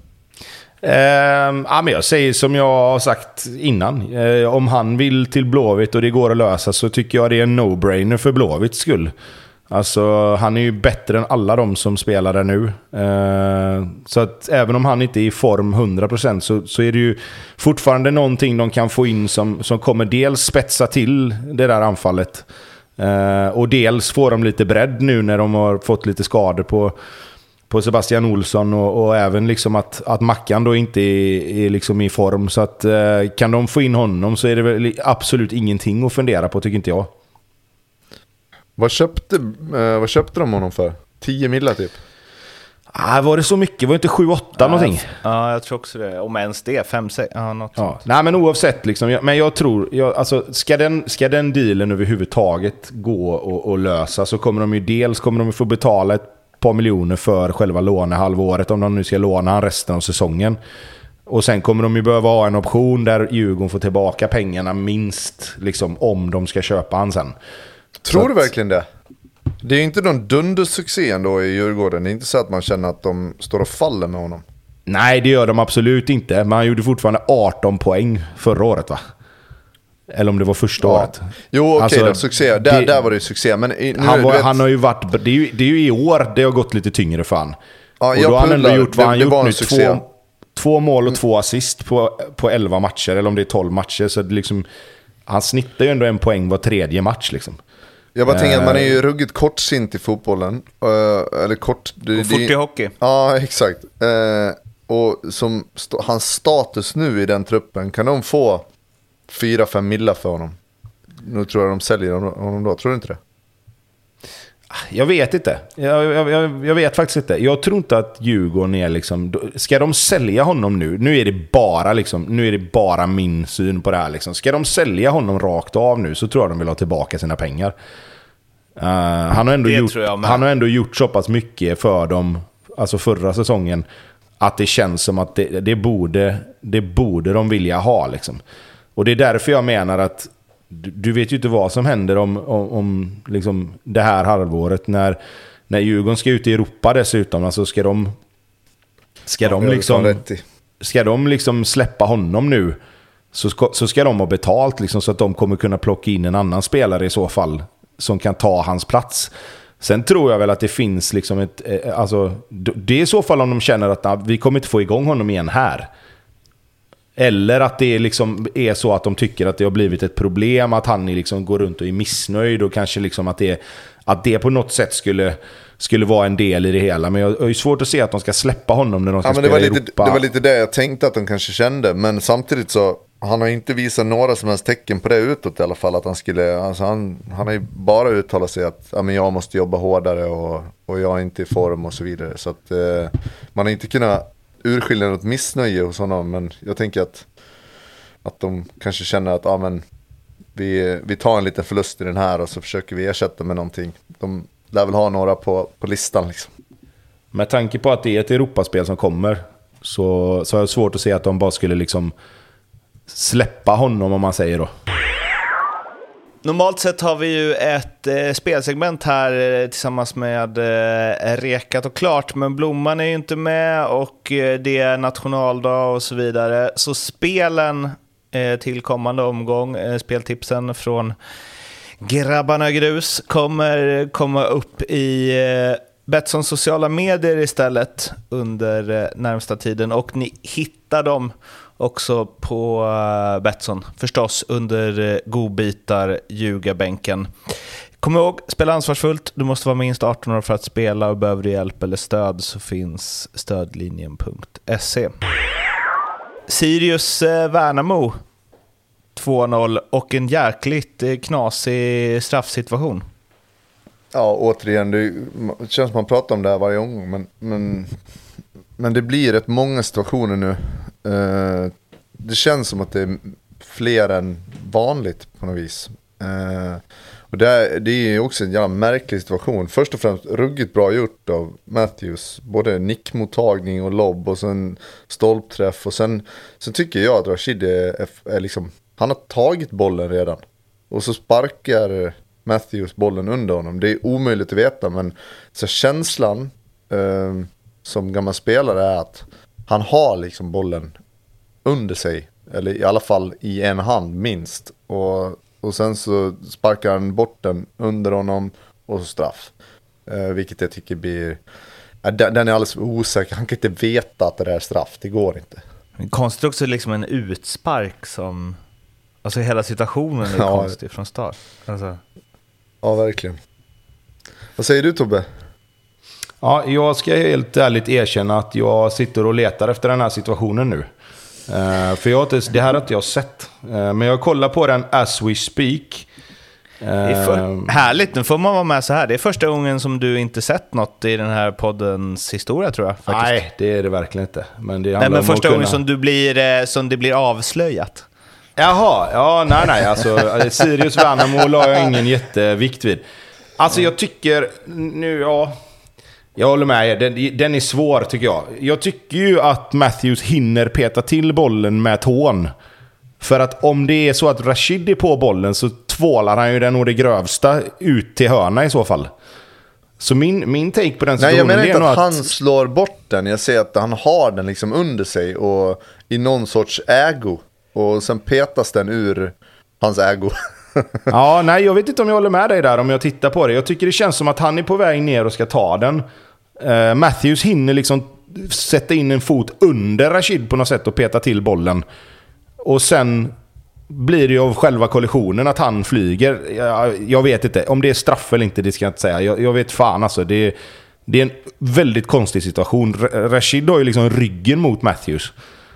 Men jag säger som jag har sagt innan. Om han vill till Blåvitt och det går att lösa, så tycker jag det är en no-brainer för Blåvitts skull. Alltså han är ju bättre än alla de som spelar där nu. Så att även om han inte är i form 100% så är det ju fortfarande någonting de kan få in som kommer dels spetsa till det där anfallet. Och dels får de lite bredd nu när de har fått lite skador på Sebastian Olsson och även liksom att Mackan då inte är liksom i form. Så att kan de få in honom så är det väl absolut ingenting att fundera på, tycker inte jag. Vad köpte de honom för? 10 millar typ? Var det så mycket? Var det inte 7-8 någonting? Ja, jag tror också det. Om ens det, 5-6. Ja, något sånt. Nej, men oavsett liksom. Men jag tror, alltså, ska den dealen överhuvudtaget gå och lösa, så kommer de ju dels få betala ett par miljoner för själva lånehalvåret, om de nu ska låna han resten av säsongen. Och sen kommer de ju behöva ha en option där Djurgården får tillbaka pengarna minst, liksom, om de ska köpa han sen. Tror du verkligen det? Det är ju inte någon dundersuccé ändå i Djurgården. Det är inte så att man känner att de står och faller med honom. Nej, det gör de absolut inte. Man gjorde fortfarande 18 poäng förra året, va? Eller om det var första året. Jo, okej, alltså, succé. Där var det ju succé. Men han har ju varit... Det är ju i år det har gått lite tyngre för han. Ja, och då har han ändå gjort vad han gjort nu. Succé. 2 mål och 2 assist på 11 matcher. Eller om det är 12 matcher. Så det liksom, han snittar ju ändå 1 poäng var 3:e match liksom. Jag bara tänker att man är ju ruggigt kortsint i fotbollen. Eller kort... Och fort i hockey. Ja, exakt. Och som hans status nu i den truppen, kan de få 4-5 millar för honom? Nu tror jag de säljer honom då. Tror du inte det? Jag vet inte. Jag vet faktiskt inte. Jag tror inte att Djurgården är liksom... Ska de sälja honom nu? Nu är det bara min syn på det här liksom. Ska de sälja honom rakt av nu, så tror jag de vill ha tillbaka sina pengar. Han har ändå gjort så pass mycket för dem, alltså förra säsongen, att det känns som att det borde de vilja ha liksom. Och det är därför jag menar att du vet ju inte vad som händer om liksom det här halvåret när Djurgården ska ut i Europa dessutom. Alltså ska de liksom släppa honom nu, så ska de ha betalt liksom, så att de kommer kunna plocka in en annan spelare i så fall som kan ta hans plats. Sen tror jag väl att det finns liksom alltså, det är i så fall om de känner att vi kommer inte få igång honom igen här. Eller att det liksom är så att de tycker att det har blivit ett problem, att han liksom går runt och är missnöjd, och kanske liksom att det på något sätt skulle vara en del i det hela. Men jag är svårt att se att de ska släppa honom när de ska spela i Europa. Det var lite det jag tänkte att de kanske kände. Men samtidigt så han har inte visat några som helst tecken på det utåt i alla fall. Att han skulle, alltså han har ju bara uttalat sig att ja, men jag måste jobba hårdare och jag är inte i form och så vidare. Så att man har inte kunnat urskilja något missnöje hos honom. Men jag tänker att de kanske känner att ja, men vi tar en liten förlust i den här och så försöker vi ersätta med någonting. De lär väl ha några på listan liksom. Med tanke på att det är ett Europaspel som kommer så är det svårt att se att de bara skulle liksom släppa honom, om man säger då. Normalt sett har vi ju ett spelsegment här tillsammans med Rekat och Klart, men Blomman är ju inte med och det är nationaldag och så vidare. Så spelen till kommande omgång, speltipsen från Grabbarna Grus, kommer komma upp i Betssons sociala medier istället under närmsta tiden, och ni hittar dem också på Betsson förstås under godbitar ljugarbänken. Kom ihåg, spela ansvarsfullt. Du måste vara minst 18 år för att spela, och behöver du hjälp eller stöd så finns stödlinjen.se. Sirius Värnamo 2-0 och en jäkligt knasig straffsituation. Ja, återigen, det känns som man pratar om det här varje gång, men det blir rätt många situationer nu. Det känns som att det är fler än vanligt på något vis. Och det är också en jävla märklig situation. Först och främst ruggigt bra gjort av Matthews. Både nickmottagning och lobb och sen stolpträff. Och sen tycker jag att Rashid är liksom, han har tagit bollen redan. Och så sparkar Matthews bollen under honom. Det är omöjligt att veta, men så känslan som gammal spelare är att han har liksom bollen under sig, eller i alla fall i en hand minst, och sen så sparkar han bort den under honom och så straff, vilket jag tycker blir, den är alldeles osäker. Han kan inte veta att det är straff, det går inte. Konstigt också liksom en utspark som, alltså hela situationen är konstig från start alltså. Ja, verkligen. Vad säger du, Tobbe? Ja, jag ska helt ärligt erkänna att jag sitter och letar efter den här situationen nu. För det här har inte jag sett. Men jag kollar på den as we speak. Det är härligt, nu får man vara med så här. Det är första gången som du inte sett något i den här poddens historia, tror jag faktiskt. Nej, det är det verkligen inte. Men det nej, men första gången som det blir avslöjat. Jaha, ja, nej, alltså Sirius Värnamo la jag ingen jättevikt vid. Alltså jag tycker nu, ja, jag håller med, den är svår tycker jag. Jag tycker ju att Matthews hinner peta till bollen med tån. För att om det är så att Rashid är på bollen så tvålar han ju den och det grövsta ut till hörna i så fall. Så min take på den situationen... Nej, jag menar inte att han slår bort den. Jag ser att han har den liksom under sig och i någon sorts ägo. Och sen petas den ur hans ägo. Ja, nej, jag vet inte om jag håller med dig där om jag tittar på det. Jag tycker det känns som att han är på väg ner och ska ta den. Matthews hinner liksom sätta in en fot under Rashid på något sätt och peta till bollen. Och sen blir det ju av själva kollisionen att han flyger. Jag vet inte. Om det är straff eller inte, det ska jag inte säga. Jag vet fan alltså. Det är en väldigt konstig situation. Rashid har ju liksom ryggen mot Matthews.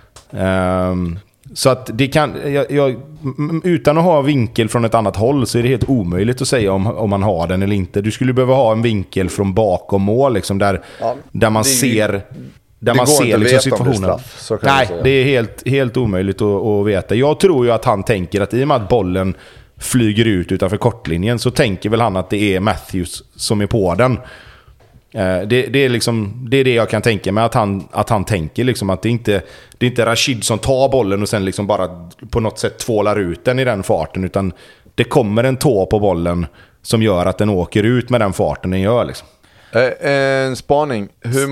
Så att det kan, utan att ha vinkel från ett annat håll så är det helt omöjligt att säga om man har den eller inte. Du skulle behöva ha en vinkel från bakom mål liksom, där man ser liksom situationen. Nej, det är helt omöjligt att veta. Jag tror ju att han tänker att i och med att bollen flyger ut utanför kortlinjen så tänker väl han att det är Matthews som är på den. Det är det jag kan tänka mig, att han tänker liksom att det är inte Rashid som tar bollen och sen liksom bara på något sätt tvålar ut den i den farten, utan det kommer en tå på bollen som gör att den åker ut med den farten den gör liksom. En spaning, hur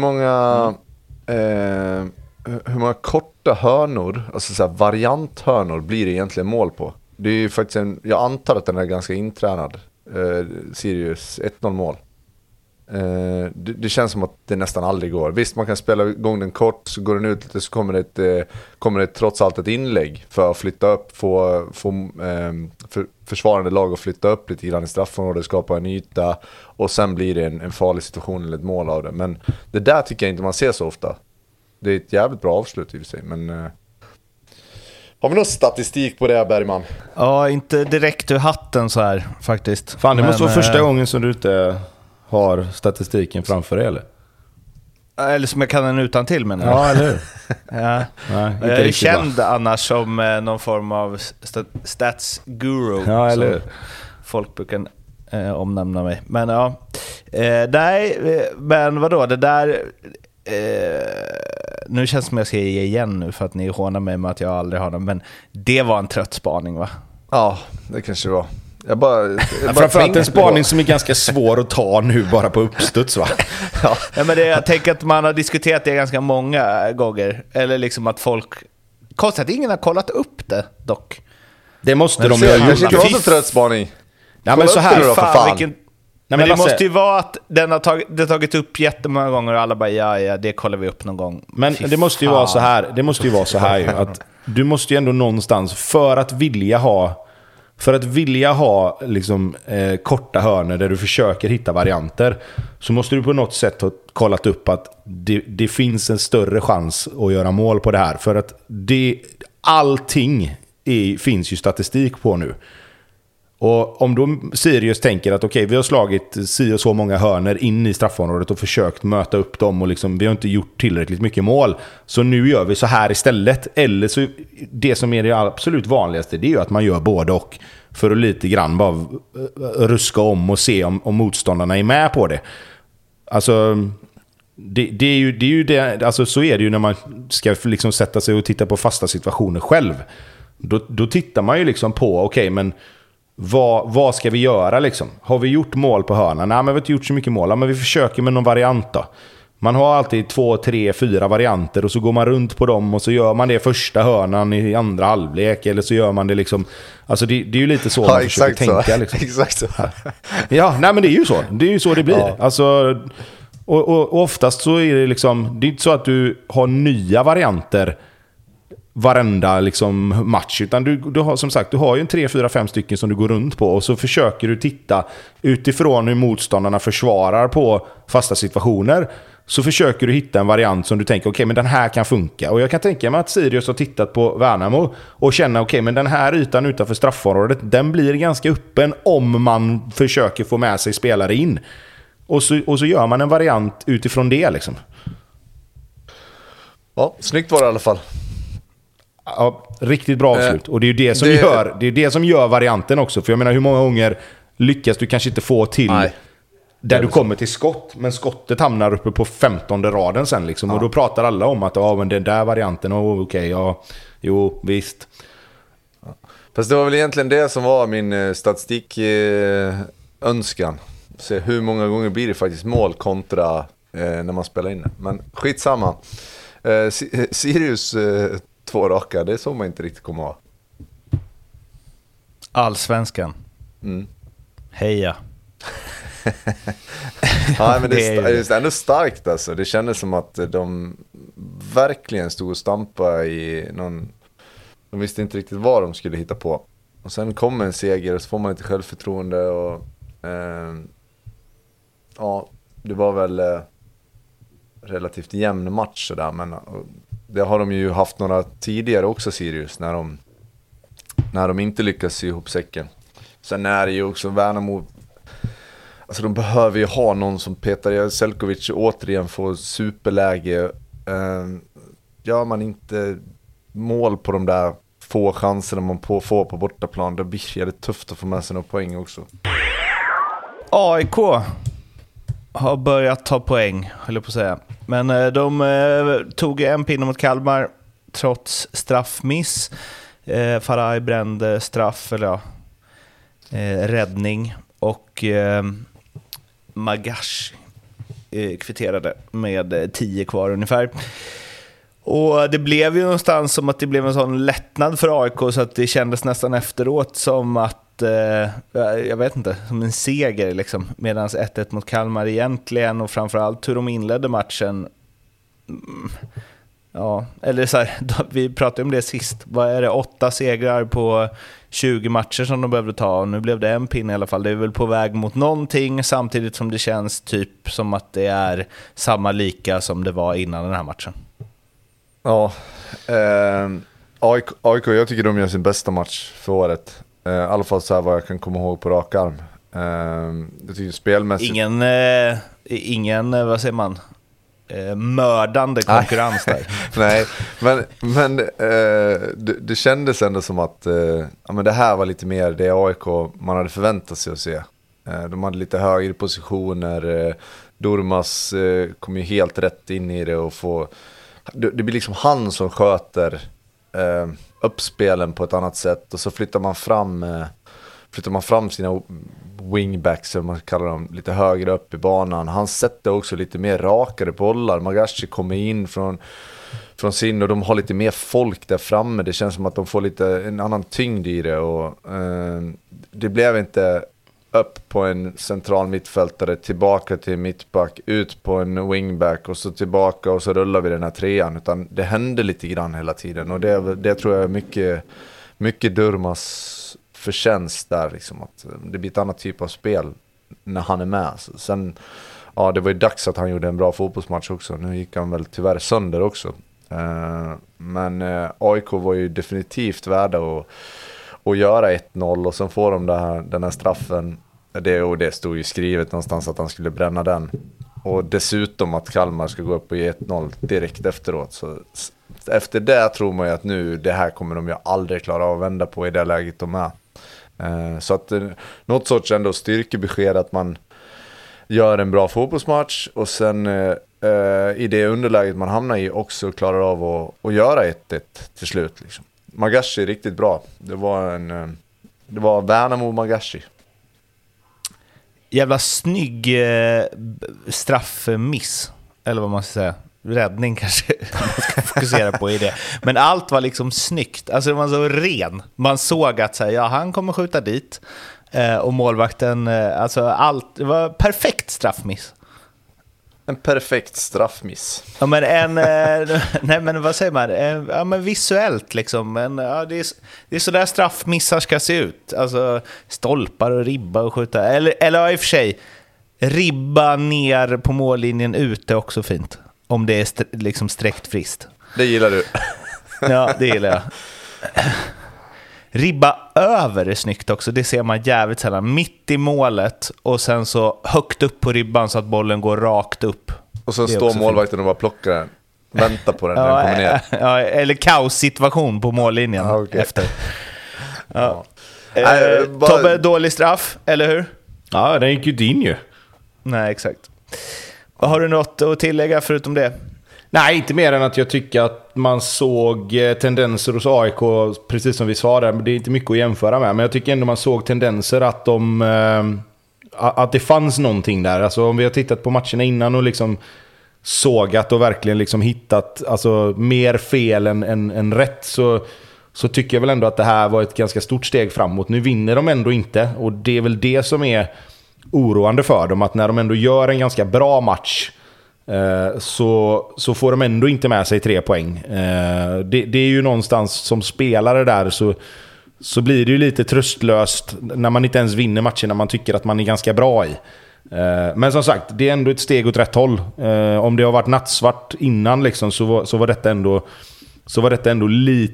många korta hörnor, alltså så här varianthörnor, blir det egentligen mål på? Det är ju faktiskt jag antar att den är ganska intränad, Sirius 1-0 mål. Det känns som att det nästan aldrig går. Visst, man kan spela igång den kort, så går den ut lite, så kommer det trots allt ett inlägg för att flytta upp, få försvarande lag att flytta upp lite grann i straffområdet, skapa en yta, och sen blir det en farlig situation eller ett mål av det. Men det där tycker jag inte man ser så ofta. Det är ett jävligt bra avslut i och för sig, men Har vi någon statistik på det, Bergman? Ja, inte direkt ur hatten så här faktiskt. Fan, det måste vara första gången som du inte har statistiken framför dig, eller? Eller som jag kan den utan till, men ja, eller hur? ja. Nej, Jag är känd annars som någon form av stats-guru. Ja, eller hur? Folk brukar omnämna mig. Men ja, nej, men vadå, det där... nu känns det som jag ska ge igen nu för att ni hånar mig med att jag aldrig har den, men det var en trött spaning, va? Ja, det kanske det var. Framförallt en spaning som är ganska svår att ta nu bara på uppstuds, va? Ja, men jag tänker att man har diskuterat det ganska många gånger. Eller liksom att folk... Konstigt att ingen har kollat upp det, dock. Det måste men de ju ha gjort. Det kanske inte var så trött spaning. Ja, men så här, då, för fan. Men det måste ju vara att den har tagit upp jättemånga gånger och alla bara ja, det kollar vi upp någon gång. Men det måste ju vara så här. Det måste ju vara så här ju, att du måste ju ändå någonstans för att vilja ha liksom, korta hörnor där du försöker hitta varianter, så måste du på något sätt ha kollat upp att det finns en större chans att göra mål på det här. För att allting finns ju statistik på nu. Och om då Sirius tänker att okej, vi har slagit si och så många hörnor in i straffområdet och försökt möta upp dem och liksom, vi har inte gjort tillräckligt mycket mål, så nu gör vi så här istället. Eller så, det som är det absolut vanligaste, det är ju att man gör både och, för att lite grann bara ruska om och se om motståndarna är med på det. Alltså det är ju det, alltså så är det ju när man ska liksom sätta sig och titta på fasta situationer själv. Då tittar man ju liksom på okej, men vad ska vi göra liksom? Har vi gjort mål på hörnan? Nej, men vi har inte gjort så mycket mål. Ja, men vi försöker med någon variant då. Man har alltid 2, 3, 4 varianter och så går man runt på dem och så gör man det första hörnan i andra halvlek, eller så gör man det liksom, alltså det är ju lite så man försöker tänka liksom. Exakt så. Ja, nej, men det är ju så. Det är ju så det blir. Ja. Alltså, och oftast så är det liksom, det är inte så att du har nya varianter varenda liksom match, utan du har som sagt, du har ju en 3, 4, 5 stycken som du går runt på, och så försöker du titta utifrån hur motståndarna försvarar på fasta situationer, så försöker du hitta en variant som du tänker okej, men den här kan funka. Och jag kan tänka mig att Sirius har tittat på Värnamo och känner okej, men den här ytan utanför straffområdet, den blir ganska öppen om man försöker få med sig spelare in, och så gör man en variant utifrån det liksom. Ja, snyggt var det i alla fall. Ja, riktigt bra avslut. Och det är ju det som gör varianten också. För jag menar, hur många gånger lyckas du kanske inte få till där du kommer till skott, men skottet hamnar uppe på 15:e raden sen liksom. Och då pratar alla om att men den där varianten, jo visst. Fast det var väl egentligen det som var min statistik önskan. Se hur många gånger blir det faktiskt mål kontra när man spelar in det. Men skitsamma. Sirius 2 raka, det är så man inte riktigt kommer ha. Allsvenskan. Heja. Ja, men det är ändå starkt alltså. Det kändes som att de verkligen stod och stampade i någon... De visste inte riktigt vad de skulle hitta på. Och sen kommer en seger och så får man lite självförtroende och det var väl relativt jämn match så där, men det har de ju haft några tidigare också, Sirius, när de inte lyckas sy ihop säcken. Sen är det ju också Värnamo, alltså de behöver ju ha någon som Petar Selkovic återigen får superläge. Gör man inte mål på de där få chanserna man får på bortaplan, då blir det tufft att få med sig några poäng också. AIK har börjat ta poäng, höll jag på att säga. Men de tog en pinne mot Kalmar trots straffmiss. Faraj brände straff, eller räddning. Och Magash kvitterade med 10 kvar ungefär. Och det blev ju någonstans som att det blev en sån lättnad för AIK, så att det kändes nästan efteråt som att jag vet inte, som en seger liksom, medan 1-1 mot Kalmar egentligen, och framförallt hur de inledde matchen, ja, eller så här, vi pratade om det sist, vad är det, 8 segrar på 20 matcher som de behövde ta, och nu blev det en pinne i alla fall. Det är väl på väg mot någonting, samtidigt som det känns typ som att det är samma lika som det var innan den här matchen. Ja, AIK, jag tycker de gör sin bästa match för året. I alla fall så här vad jag kan komma ihåg på rak arm. Jag tycker spelmässigt... Ingen vad säger man? Mördande konkurrens där. Nej, men det kändes ändå som att men det här var lite mer det AIK man hade förväntat sig att se. De hade lite högre positioner. Durmaz kom ju helt rätt in i det och det blir liksom han som sköter uppspelen på ett annat sätt, och så flyttar man fram sina wingbacks, eller man kallar dem, lite högre upp i banan. Han sätter också lite mer rakare bollar. Magashi kommer in från sin, och de har lite mer folk där framme. Det känns som att de får lite en annan tyngd i det, och det blev inte upp på en central mittfältare, tillbaka till mittback, ut på en wingback och så tillbaka, och så rullar vi den här trean, utan det händer lite grann hela tiden, och det tror jag är mycket Durmaz förtjänst där, liksom, att det blir ett annat typ av spel när han är med. Sen, det var ju dags att han gjorde en bra fotbollsmatch också. Nu gick han väl tyvärr sönder också. Men AIK var ju definitivt värda att göra 1-0, och sen får de den här straffen. Det stod ju skrivet någonstans att han skulle bränna den. Och dessutom att Kalmar ska gå upp och ge 1-0 direkt efteråt. Så efter det tror man ju att nu, det här kommer de ju aldrig klara av att vända på i det läget de är. Så att något sorts ändå styrkebesked att man gör en bra fotbollsmatch, och sen i det underläget man hamnar i också klarar av att göra 1-1 till slut, liksom. Magashi är riktigt bra. Det var Värnamo Magashi. Jävla snygg straffmiss, eller vad man ska säga. Räddning kanske man ska fokusera på i det. Men allt var liksom snyggt. Alltså det var så ren. Man såg att han kommer skjuta dit. Och målvakten, det var perfekt straffmiss. En perfekt straffmiss. Ja, men nej, men vad säger man? Men visuellt liksom. Det är så där straffmissar ska se ut. Alltså stolpar och ribba och skjuta. Eller i och för sig, ribba ner på mållinjen ute också fint. Om det är liksom sträckt frist. Det gillar du. Ja, det gillar jag. Ribba över är snyggt också. Det ser man jävligt sällan. Mitt i målet och sen så högt upp på ribban så att bollen går rakt upp. Och så står målvakten och bara plockar den. Vänta på den när den kommer ner. Ja, eller kaossituation på mållinjen efter. Ja. Tobbe, dålig straff, eller hur? Ja, den gick ju in ju. Nej, exakt. Har du något att tillägga förutom det? Nej, inte mer än att jag tycker att man såg tendenser hos AIK, precis som vi sa där, men det är inte mycket att jämföra med. Men jag tycker ändå man såg tendenser att det fanns någonting där. Alltså om vi har tittat på matcherna innan och liksom sågat och verkligen liksom hittat mer fel än rätt, så tycker jag väl ändå att det här var ett ganska stort steg framåt. Nu vinner de ändå inte, och det är väl det som är oroande för dem, att när de ändå gör en ganska bra match så får de ändå inte med sig 3 poäng. Det är ju någonstans som spelare där, så blir det ju lite tröstlöst när man inte ens vinner matcherna man tycker att man är ganska bra i. Men som sagt, det är ändå ett steg åt rätt håll. Om det har varit nattsvart innan liksom, så var detta ändå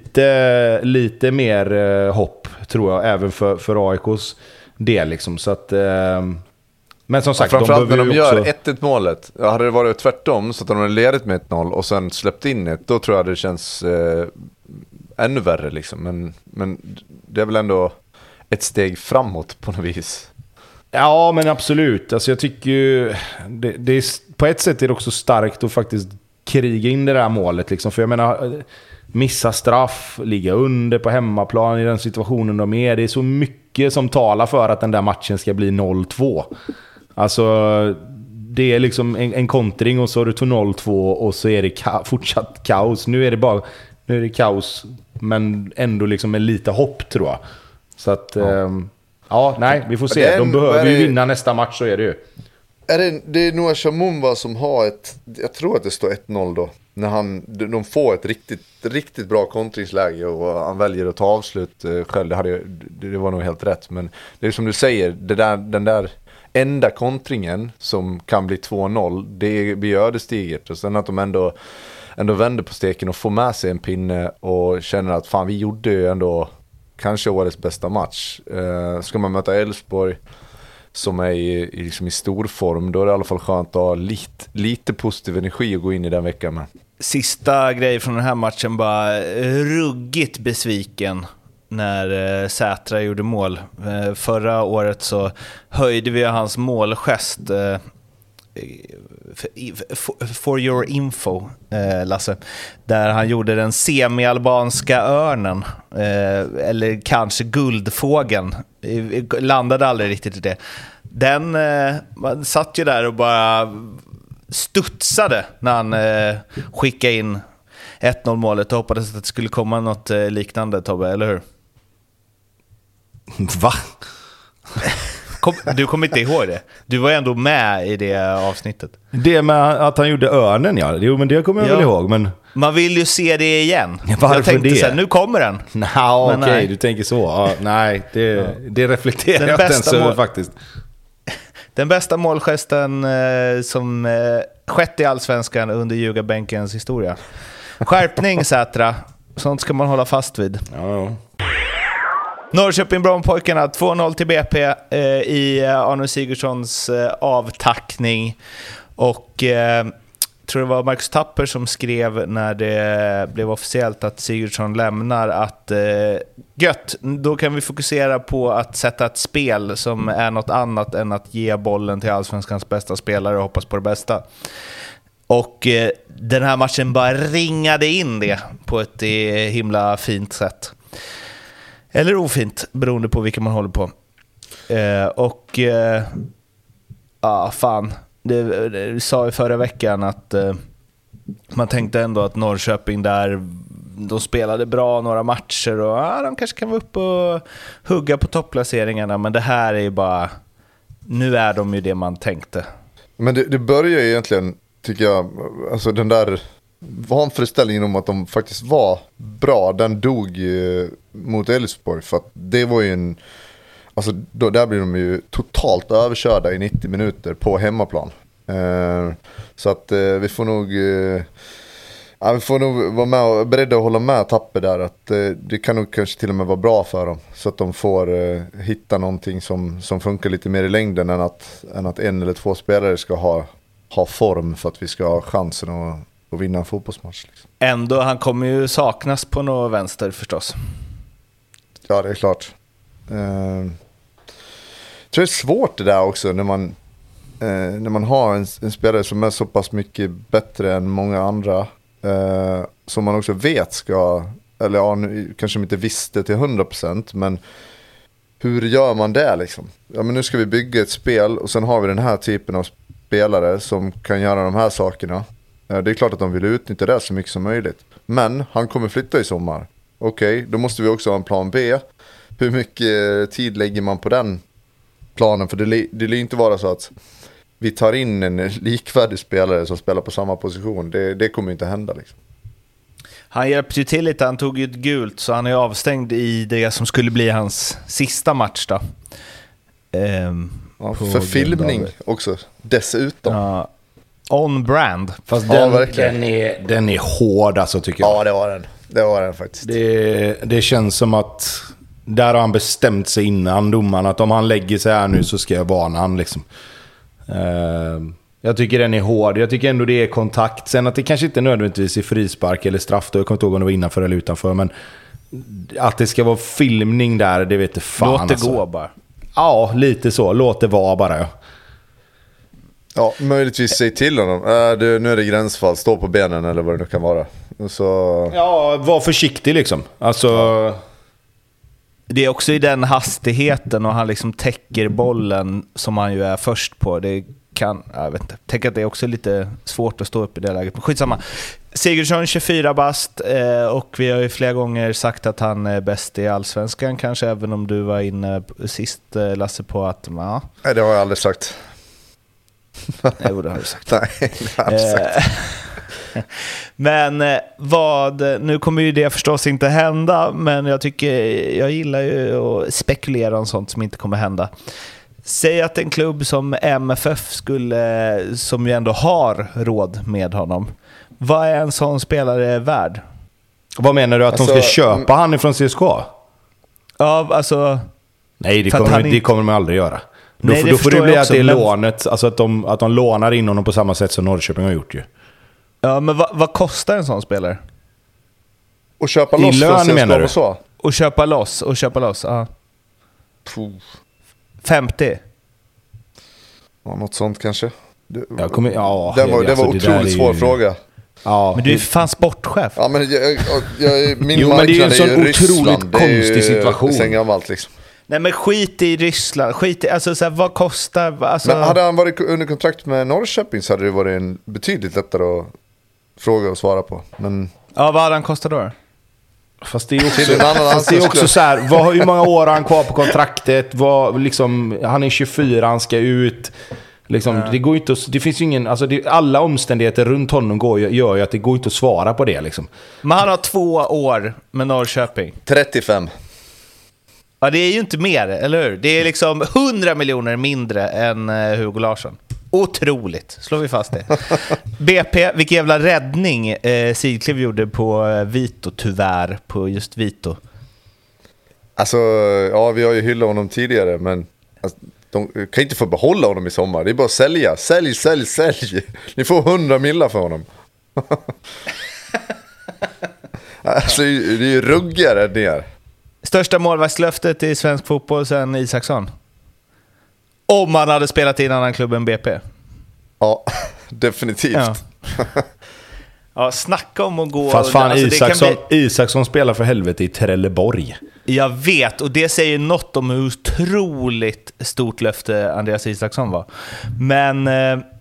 lite mer hopp, tror jag, även för AIKs del liksom. Så att men som sagt, framförallt när de gör 1-1 målet. Hade det varit tvärtom, så att de hade ledigt med 1-0 och sen släppt in ett, då tror jag det känns ännu värre liksom. Men det är väl ändå ett steg framåt på något vis. Ja, men absolut. Alltså jag tycker ju det är, på ett sätt är det också starkt att faktiskt kriga in det där målet liksom. För jag menar, missa straff, ligga under på hemmaplan i den situationen de är. Det är så mycket som talar för att den där matchen ska bli 0-2. Alltså det är liksom en kontring, och så har du 0-2 och så är det fortsatt kaos. Nu är det kaos, men ändå liksom med lite hopp, tror jag. Så att nej, vi får se. De behöver ju vinna nästa match, så är det ju. Det är Noah Chamumba som har jag tror att det står 1-0 då, när de får ett riktigt bra kontringsläge och han väljer att ta avslut själv. Det var nog helt rätt, men det är som du säger, den där enda kontringen som kan bli 2-0, det blir ödesdigert. Och sen att de ändå ändå vänder på steken och får med sig en pinne och känner att fan, vi gjorde ju ändå kanske årets bästa match. Ska man möta Elfsborg som är liksom i stor form, då är det i alla fall skönt att ha lite positiv energi att gå in i den veckan med. Sista grej från den här matchen, bara ruggigt besviken när Sätra gjorde mål. Förra året så höjde vi hans målgest, for your info, Lasse, där han gjorde den semi-albanska örnen, eller kanske guldfågeln, landade aldrig riktigt i det. Den man satt ju där och bara studsade när han skickade in 1-0 målet och hoppades att det skulle komma något liknande, Tobbe, eller hur? Va? Du kommer inte ihåg det. Du var ändå med i det avsnittet. Det med att han gjorde örnen, ja. Jo, men det kommer jag väl ihåg. Men... Man vill ju se det igen. Varför jag tänkte det? Så här, nu kommer den. Okej, du tänker så. Ja, nej, det reflekterar jag inte ens faktiskt. Den bästa målgesten som skett i Allsvenskan under Ljugarbänkens historia. Skärpning, Sätra. Sånt ska man hålla fast vid. Ja. Norrköping-Brommapojkarna 2-0 till BP i Arne Sigurdssons avtackning. Och tror det var Marcus Tapper som skrev när det blev officiellt att Sigurdsson lämnar att gött, då kan vi fokusera på att sätta ett spel som är något annat än att ge bollen till Allsvenskans bästa spelare och hoppas på det bästa. Och den här matchen bara ringade in det på ett himla fint sätt. Eller ofint, beroende på vilka man håller på. Fan. Det sa i förra veckan att man tänkte ändå att Norrköping där, de spelade bra några matcher och de kanske kan vara uppe och hugga på topplaceringarna, men det här är ju bara, nu är de ju det man tänkte. Men det börjar ju egentligen, tycker jag, alltså den där vanföreställningen om att de faktiskt var bra, den dog mot Elfsborg, för att det var ju alltså där blir de ju totalt överkörda i 90 minuter på hemmaplan. Så att vi får nog vara med och beredda att hålla med Tapper där, att det kan nog kanske till och med vara bra för dem, så att de får hitta någonting som funkar lite mer i längden än att en eller två spelare ska ha form för att vi ska ha chansen att vinna en fotbollsmatch liksom. Ändå, han kommer ju saknas på något vänster förstås. Ja, det är klart. Jag tror det är svårt det där också när man har en spelare som är så pass mycket bättre än många andra, som man också vet ska, eller ja, kanske inte visste till 100%, men hur gör man det liksom? Ja, men nu ska vi bygga ett spel och sen har vi den här typen av spelare som kan göra de här sakerna. Det är klart att de vill utnyttja det så mycket som möjligt, men han kommer flytta i sommar. Okej, då måste vi också ha en plan B. Hur mycket tid lägger man på den planen? För det lär inte vara så att vi tar in en likvärdig spelare som spelar på samma position. Det kommer inte hända liksom. Han hjälpte ju till lite, han tog ju ett gult, så han är avstängd i det som skulle bli hans sista match då. För filmning också, dessutom. On brand. Fast den är hård alltså, tycker jag. Ja, det var den faktiskt. Det känns som att där har han bestämt sig innan domaren att om han lägger sig här nu så ska jag varna han liksom. Jag tycker den är hård. Jag tycker ändå det är kontakt. Sen att det kanske inte nödvändigtvis är frispark eller straff, då jag kommer inte ihåg om det var innanför eller utanför, men att det ska vara filmning där, det vet jag fan. Låt det alltså. gå bara. Ja, lite så. Låt det vara bara. Ja, möjligtvis säg till honom. Nu är det gränsfall, stå på benen eller vad det nu kan vara. Så... Ja, var försiktig liksom. Alltså... Ja. Det är också i den hastigheten och han liksom täcker bollen som han ju är först på. Det kan, jag vet inte. Tänk att det är också lite svårt att stå upp i det läget. Men skitsamma. Sigurdsson 24 bast och vi har ju flera gånger sagt att han är bäst i Allsvenskan kanske, även om du var inne sist, Lasse, på att ja. Nej, det har jag aldrig sagt. Nej, det har du sagt. Nej, det har jag aldrig sagt. Men nu kommer ju det förstås inte hända, men jag gillar ju att spekulera om sånt som inte kommer hända. Säg att en klubb som MFF skulle, som ju ändå har råd med honom, vad är en sån spelare värd? Vad menar du, att de ska köpa han ifrån CSKA? Ja, alltså... Nej, det kommer de aldrig göra. Nej, då får det bli att det är men... lånet, alltså att de lånar in honom på samma sätt som Norrköping har gjort ju. Ja, men vad kostar en sån spelare? Och köpa loss i lön, menar du? Så. Och köpa loss, ja. 50? Ja, något sånt kanske. Det var otroligt svår fråga. Ja. Men du är fan sportchef. Ja, men min men det är ju en sån otroligt Ryssland. konstig situation. Sen gammalt liksom. Nej, men skit i Ryssland. Alltså så här, vad kostar... Alltså... Men hade han varit under kontrakt med Norrköping så hade det varit en betydligt lättare att fråga och svara på. Men... Ja, vad hade han kostat då? Fast det är också så här, hur många år har han kvar på kontraktet? Han är 24, han ska ut. Liksom, det går inte att, det finns ju ingen, alltså alla omständigheter runt honom gör ju att det går inte att svara på det liksom. Men han har 2 år med Norrköping. 35. Ja, det är ju inte mer, eller hur? Det är liksom 100 miljoner mindre än Hugo Larsson. Otroligt, slår vi fast det. BP, vilken jävla räddning Sidklev gjorde på Vito, tyvärr, på just Vito. Alltså, ja, vi har ju hyllat honom tidigare, men alltså, de kan inte få behålla honom i sommar. Det är bara att sälja. Sälj. Ni får 100 millar för honom. Alltså, det är ju ruggiga räddningar. Största målvaktslöftet i svensk fotboll sedan Isaksson. Om man hade spelat i en annan klubb än BP. Ja, definitivt. Ja. Ja, snacka om att gå... Fast fan, alltså, Isaksson spelar för helvete i Trelleborg. Jag vet, och det säger något om hur otroligt stort löfte Andreas Isaksson var. Men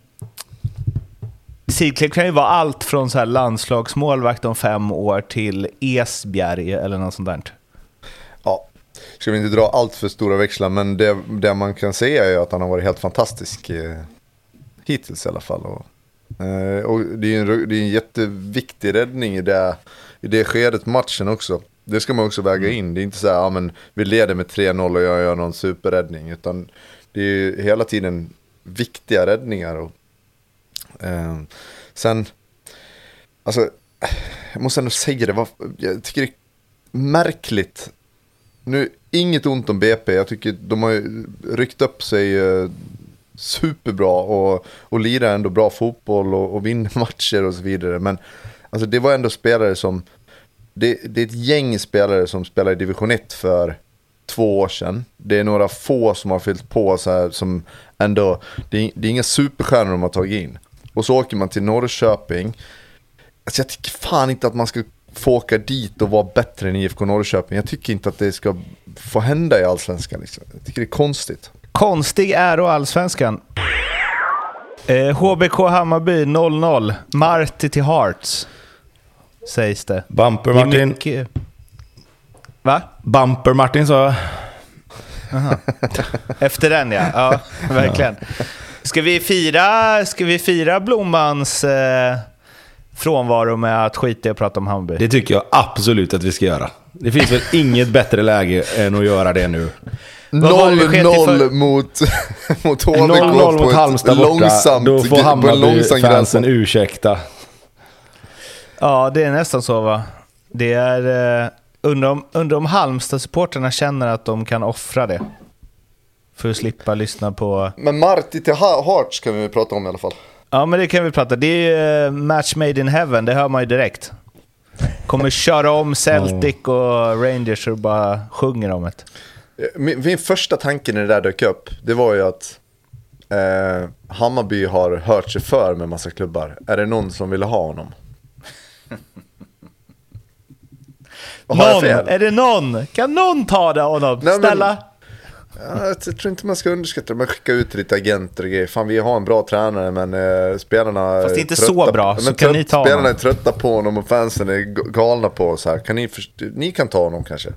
Sidklev kan ju vara allt från så här landslagsmålvakt om 5 år till Esbjerg eller något sånt där. Ja. Ska vi inte dra allt för stora växlar, men det man kan säga är ju att han har varit helt fantastisk hittills i alla fall. Och det är en jätteviktig räddning i det skedet matchen också. Det ska man också väga in. Det är inte så här, men vi leder med 3-0 och jag gör någon superräddning, utan det är ju hela tiden viktiga räddningar. Och sen, alltså, jag måste ändå säga det, jag tycker det är märkligt. Nu, inget ont om BP. Jag tycker de har ryckt upp sig superbra och lirar ändå bra fotboll och vinner matcher och så vidare. Men alltså, det var ändå spelare som... Det är ett gäng spelare som spelar i division 1 för 2 år sedan. Det är några få som har fyllt på så här, som ändå... Det är inga superstjärnor de har tagit in. Och så åker man till Norrköping. Alltså, jag tycker fan inte att man ska få åka dit och vara bättre än IFK Norrköping. Jag tycker inte att det ska få hända i Allsvenskan. Liksom. Jag tycker det är konstigt. Konstig är och Allsvenskan. HBK Hammarby 0-0. Marti till Hearts, sägs det. Bumper Martin. Va? Bumper Martin, sa jag. Efter den, ja, verkligen. Ska vi fira Blommans frånvaro med att skita och prata om Hammarby? Det tycker jag absolut att vi ska göra. Det finns väl inget bättre läge än att göra det nu. 0-0 mot HBK 0-0 mot Halmstad borta. Då får Hammarby-fansen ursäkta. Ja, det är nästan så, va? Det är undrar om Halmstad-supporterna känner att de kan offra det för att slippa lyssna på... Men Marti till Hearts kan vi prata om i alla fall. Ja, men det kan vi prata. Det är match made in heaven, det hör man ju direkt. Kommer köra om Celtic och Rangers och bara sjunger om det. Min första tanke när det där dök upp, det var ju att Hammarby har hört sig för med massa klubbar. Är det någon som ville ha honom? Är det någon? Kan någon ta det honom? Nej, Snälla? Jag tror inte man ska underskatta det. Man skickar ut lite agenter och grejer. Fan, vi har en bra tränare, men spelarna... Fast det är inte så bra, så kan ni ta spelarna honom. Är trötta på honom och fansen är galna på så här. Kan ni kan ta honom kanske?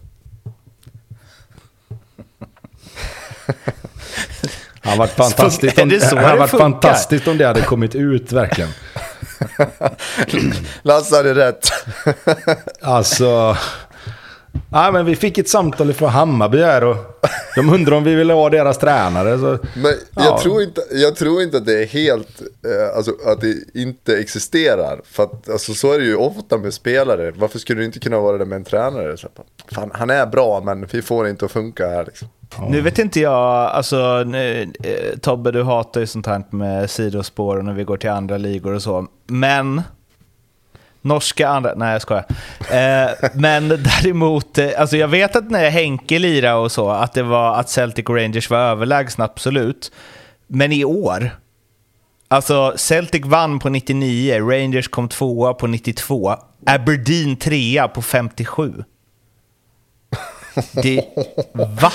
Han var fantastiskt om det hade kommit ut, verkligen. Lasse hade rätt. Alltså, Ja, men vi fick ett samtal från Hammarby här och de undrar om vi vill ha deras tränare. Så, men jag tror inte att det är helt, alltså att det inte existerar. För att alltså, så är det ju ofta med spelare. Varför skulle det inte kunna vara det med en tränare? Så, fan, han är bra, men vi får det inte att funka här liksom. Nu vet inte jag, alltså Tobbe, du hatar ju sånt här med sidospår och när vi går till andra ligor och så. Men norska andra, nej jag skojar. Men däremot, alltså jag vet att när Henke lirade och så, att det var att Celtic och Rangers var överlägsna, absolut. Men i år, alltså Celtic vann på 99, Rangers kom 2 på 92, Aberdeen 3 på 57. Det, va?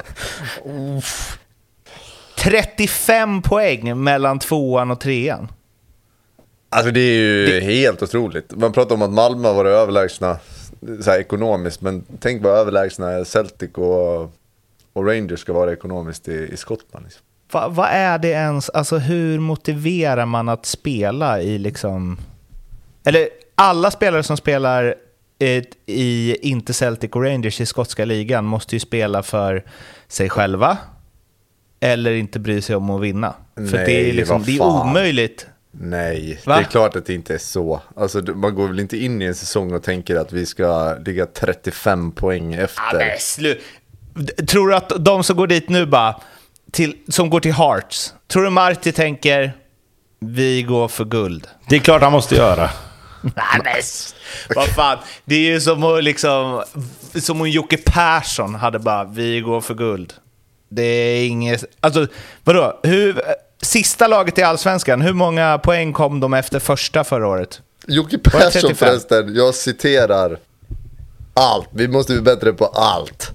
35 poäng mellan 2an och 3an. Alltså det är ju helt otroligt. Man pratar om att Malmö var överlägsna så här, ekonomiskt, men tänk vad överlägsna Celtic och Rangers ska vara ekonomiskt i Skottland. Liksom. Vad är det ens? Alltså hur motiverar man att spela i liksom... Eller alla spelare som spelar i inte Celtic och Rangers i skotska ligan måste ju spela för sig själva eller inte bry sig om att vinna. För Nej, det är liksom, det är omöjligt. Nej, Va? det är klart att det inte är så. Alltså, man går väl inte in i en säsong och tänker att vi ska ligga 35 poäng efter. Tror du att de som går dit nu bara som går till Hearts, tror du Marti tänker vi går för guld? det är klart han måste göra. Nej, vad fan. Det är ju som att liksom, som om Jocke Persson hade bara vi går för guld. Det är inget, alltså vadå? Sista laget i Allsvenskan, hur många poäng kom de efter första förra året? Jocke Persson förresten, jag citerar allt. Vi måste bli bättre på allt.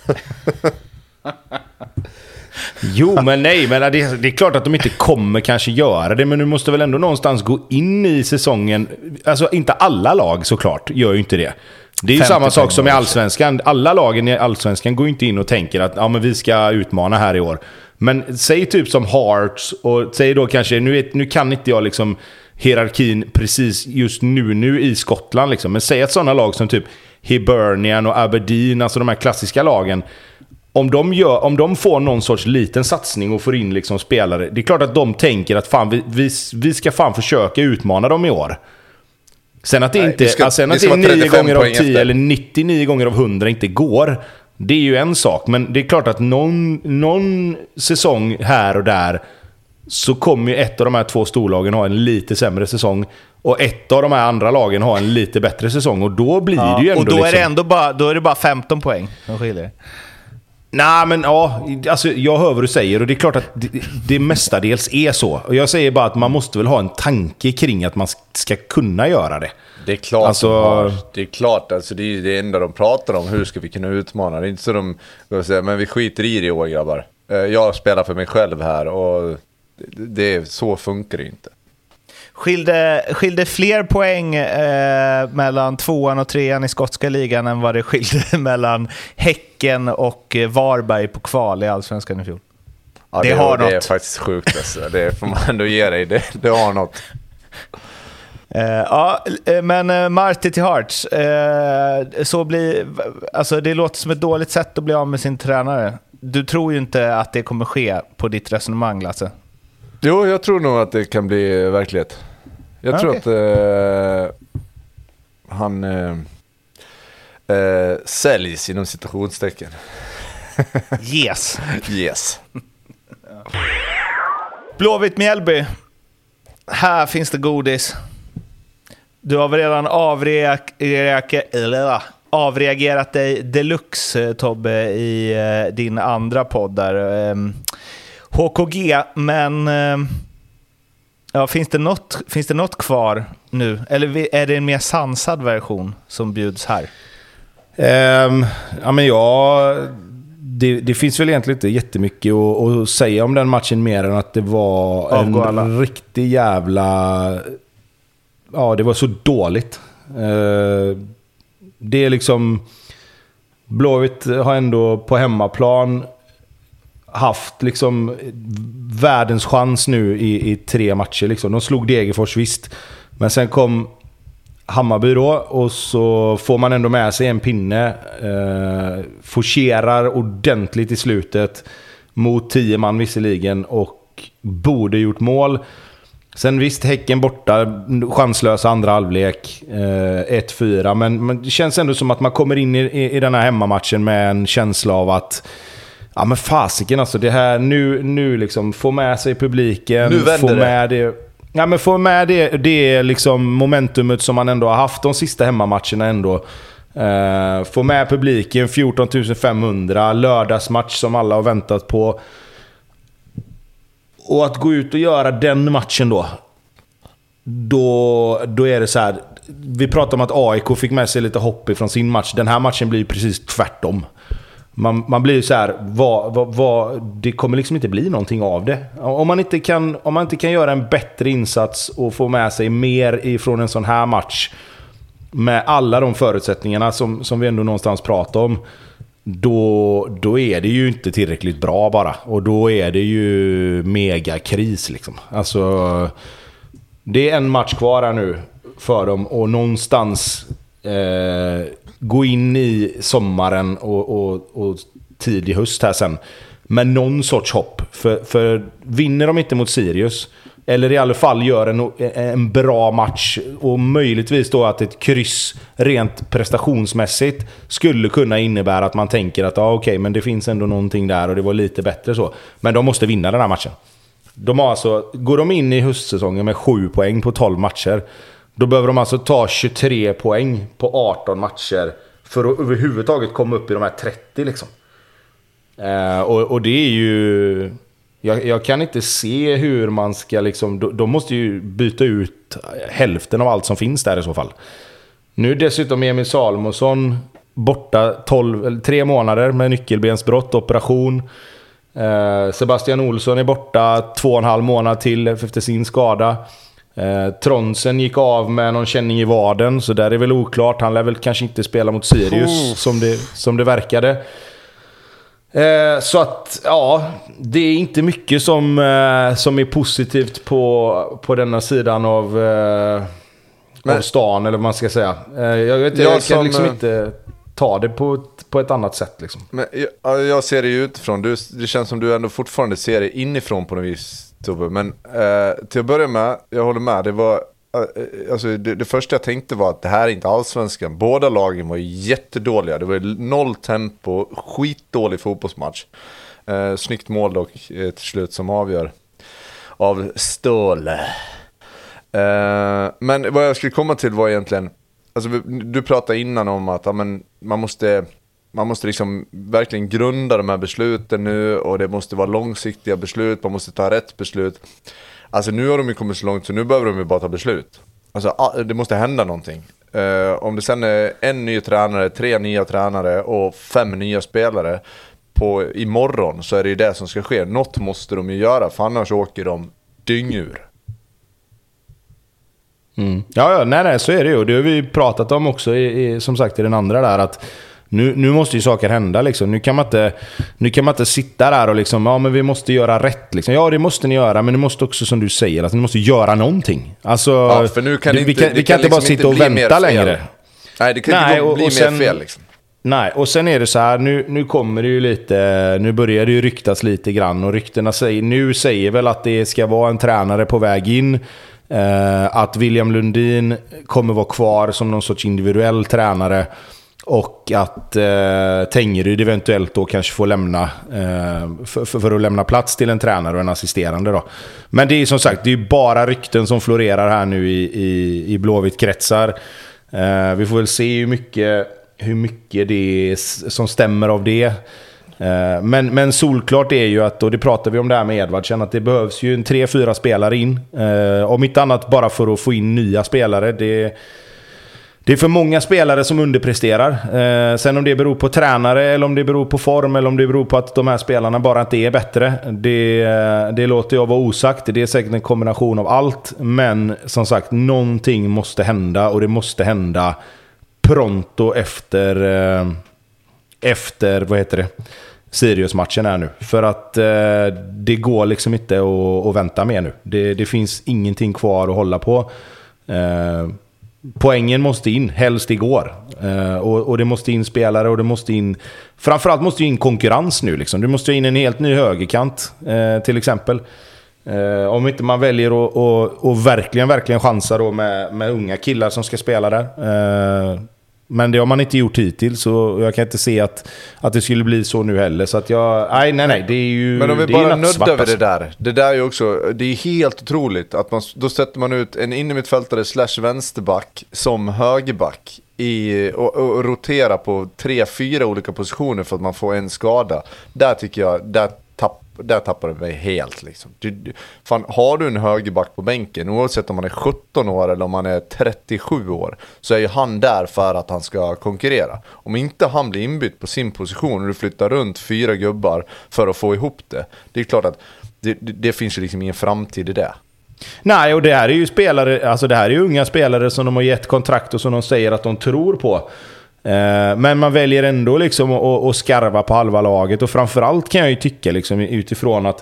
Jo, men nej, men det är klart att de inte kommer kanske göra det, men du måste väl ändå någonstans gå in i säsongen. Alltså inte alla lag såklart gör ju inte det. Det är ju samma sak som i Allsvenskan. Alla lagen i Allsvenskan går ju inte in och tänker att ja, men vi ska utmana här i år. Men säg typ som Hearts och säg då kanske, nu kan inte jag liksom hierarkin precis just nu i Skottland liksom, men säg att sådana lag som typ Hibernian och Aberdeen, alltså de här klassiska lagen, om de får någon sorts liten satsning och får in liksom spelare, det är klart att de tänker att fan vi ska fan försöka utmana dem i år. Sen att det inte är 9 gånger av 10 efter. Eller 99 gånger av 100 inte går, det är ju en sak, men det är klart att någon säsong här och där så kommer ju ett av de här två storlagen ha en lite sämre säsong och ett av de här andra lagen ha en lite bättre säsong, och då blir det ju ändå, och då är det ändå bara 15 poäng som skiljer. Nej, men ja, alltså jag hör vad du säger och det är klart att det mestadels är så. Och jag säger bara att man måste väl ha en tanke kring att man ska kunna göra det. Det är klart, det är klart, alltså det är det enda de pratar om, hur ska vi kunna utmana. Det är inte så de säger, men vi skiter i det i år grabbar. Jag spelar för mig själv här och så funkar det inte. Skilde fler poäng mellan 2an och 3an i skotska ligan än vad det skilde mellan Häcken och Varberg på kval i Allsvenskan i fjol. Ja, det är faktiskt sjukt alltså. Det får man ändå ge dig, det har något. Ja, men Marti till Hearts, alltså det låter som ett dåligt sätt att bli av med sin tränare. Du tror ju inte att det kommer ske på ditt resonemang, Lasse? Jo, jag tror nog att det kan bli verklighet. Jag tror att han säljs inom citationstecken. Yes. Blåvitt Mjällby. Här finns det godis. Du har väl redan avreagerat dig deluxe, Tobbe, i din andra podd där. HKG, men ja, finns det något kvar nu? Eller är det en mer sansad version som bjuds här? Ja, men det finns väl egentligen inte jättemycket att säga om den matchen mer än att det var en riktig jävla... Ja, det var så dåligt. Det är liksom... Blåvitt har ändå på hemmaplan haft liksom världens chans nu i 3 matcher liksom. De slog Degerfors visst, men sen kom Hammarby då, och så får man ändå med sig en pinne, forcerar ordentligt i slutet mot 10 man visserligen och borde gjort mål. Sen visst, Häcken borta, chanslös andra halvlek, 1-4, men det känns ändå som att man kommer in i den här hemmamatchen med en känsla av att ja men fasiken alltså, det här nu liksom få med sig publiken, nu vänder få med det. Ja, men få med det liksom momentumet som man ändå har haft de sista hemmamatcherna ändå. Få med publiken, 14 500, lördagsmatch som alla har väntat på. Och att gå ut och göra den matchen då är det så här. Vi pratar om att AIK fick med sig lite hopp ifrån sin match. Den här matchen blir precis tvärtom. Man blir så här, det kommer liksom inte bli någonting av det. Om man inte kan göra en bättre insats och få med sig mer ifrån en sån här match med alla de förutsättningarna som vi ändå någonstans pratar om, då är det ju inte tillräckligt bra bara. Och då är det ju megakris liksom. Alltså, det är en match kvar här nu för dem och någonstans gå in i sommaren och tidig höst här sen med någon sorts hopp. För vinner de inte mot Sirius, eller i alla fall gör en bra match och möjligtvis då att ett kryss rent prestationsmässigt skulle kunna innebära att man tänker att okej, men det finns ändå någonting där och det var lite bättre så. Men de måste vinna den här matchen. Går de in i höstsäsongen med 7 poäng på 12 matcher, då behöver de alltså ta 23 poäng på 18 matcher för att överhuvudtaget komma upp i de här 30 liksom. Och det är ju... Jag kan inte se hur man ska liksom... De måste ju byta ut hälften av allt som finns där i så fall. Nu dessutom Emil Salomonsson borta 3 månader med nyckelbensbrott, operation. Sebastian Olsson är borta 2,5 månader till efter sin skada. Tronsen gick av med någon känning i vaden, så där är väl oklart. Han lär väl kanske inte spela mot Sirius som det verkade. Så att ja, det är inte mycket som är positivt på denna sidan av stan, eller vad man ska säga. Jag kan liksom inte ta det på ett annat sätt liksom. Men jag ser det ju utifrån. Det känns som du ändå fortfarande ser det inifrån på något vis, Tobbe. Men till att börja med, jag håller med. Det var alltså det första jag tänkte var att det här är inte allsvenskan. Båda lagen var jättedåliga. Det var 0 tempo, skitdålig fotbollsmatch. Snyggt mål dock till slut som avgör av Ståle. Men vad jag skulle komma till var egentligen, alltså du pratade innan om att man måste liksom verkligen grunda de här besluten nu, och det måste vara långsiktiga beslut, man måste ta rätt beslut. Alltså nu har de ju kommit så långt så nu behöver de ju bara ta beslut. Alltså det måste hända någonting. Om det sen är en ny tränare, 3 nya tränare och 5 nya spelare imorgon, så är det ju det som ska ske. Något måste de ju göra, för annars åker de dyngur. Ja, nej, så är det ju. Det har vi pratat om också som sagt i den andra där, att nu måste ju saker hända liksom. Nu kan man inte sitta där och liksom, ja men vi måste göra rätt liksom. Ja, det måste ni göra, men ni måste också, som du säger, att ni måste göra någonting. Alltså, ja, för nu kan vi kan inte bara liksom sitta och vänta längre. Nej, det kan inte bli mer fel liksom. Nej, och sen är det så här, nu kommer det ju lite, nu börjar det ju ryktas lite grann, och ryktena säger väl att det ska vara en tränare på väg in. Att William Lundin kommer vara kvar som någon sorts individuell tränare, och att Tengryd eventuellt då kanske får lämna för att lämna plats till en tränare och en assisterande då. Men det är som sagt, det är bara rykten som florerar här nu i Blåvitt kretsar. Vi får väl se hur mycket det är som stämmer av det. Men solklart är ju att, och det pratar vi om det här med Edvardsen, att det behövs ju 3-4 spelare in. Om inte annat bara för att få in nya spelare. Det är för många spelare som underpresterar. Sen om det beror på tränare, eller om det beror på form, eller om det beror på att de här spelarna bara inte är bättre, det låter jag vara osagt. Det är säkert en kombination av allt. Men som sagt, någonting måste hända, och det måste hända pronto efter vad heter det, Sirius-matchen är nu. För att det går liksom inte att vänta mer nu. Det finns ingenting kvar att hålla på. Poängen måste in, helst igår. Och det måste in spelare och det måste in... Framförallt måste in konkurrens nu. Liksom. Du måste in en helt ny högerkant, till exempel. Om inte man väljer att verkligen chansa då med unga killar som ska spela där. Men det har man inte gjort hittills, så jag kan inte se att det skulle bli så nu heller. Så att nej, det är ju... Men om vi det bara är nuddar över alltså. det där är ju också, det är helt otroligt att då sätter man ut en innermittfältare / vänsterback som högerback och roterar på 3-4 olika positioner för att man får en skada. Där tycker jag, där tappar det mig helt liksom. Fan, har du en högerback på bänken, oavsett om man är 17 år eller om man är 37 år, så är ju han där för att han ska konkurrera. Om inte han blir inbytt på sin position och du flyttar runt 4 gubbar för att få ihop det är klart att det finns ju liksom ingen framtid i det. Nej, och det här är ju spelare, alltså det här är ju unga spelare som de har gett kontrakt och som de säger att de tror på. Men man väljer ändå liksom att skarva på halva laget. Och framförallt kan jag ju tycka liksom, utifrån att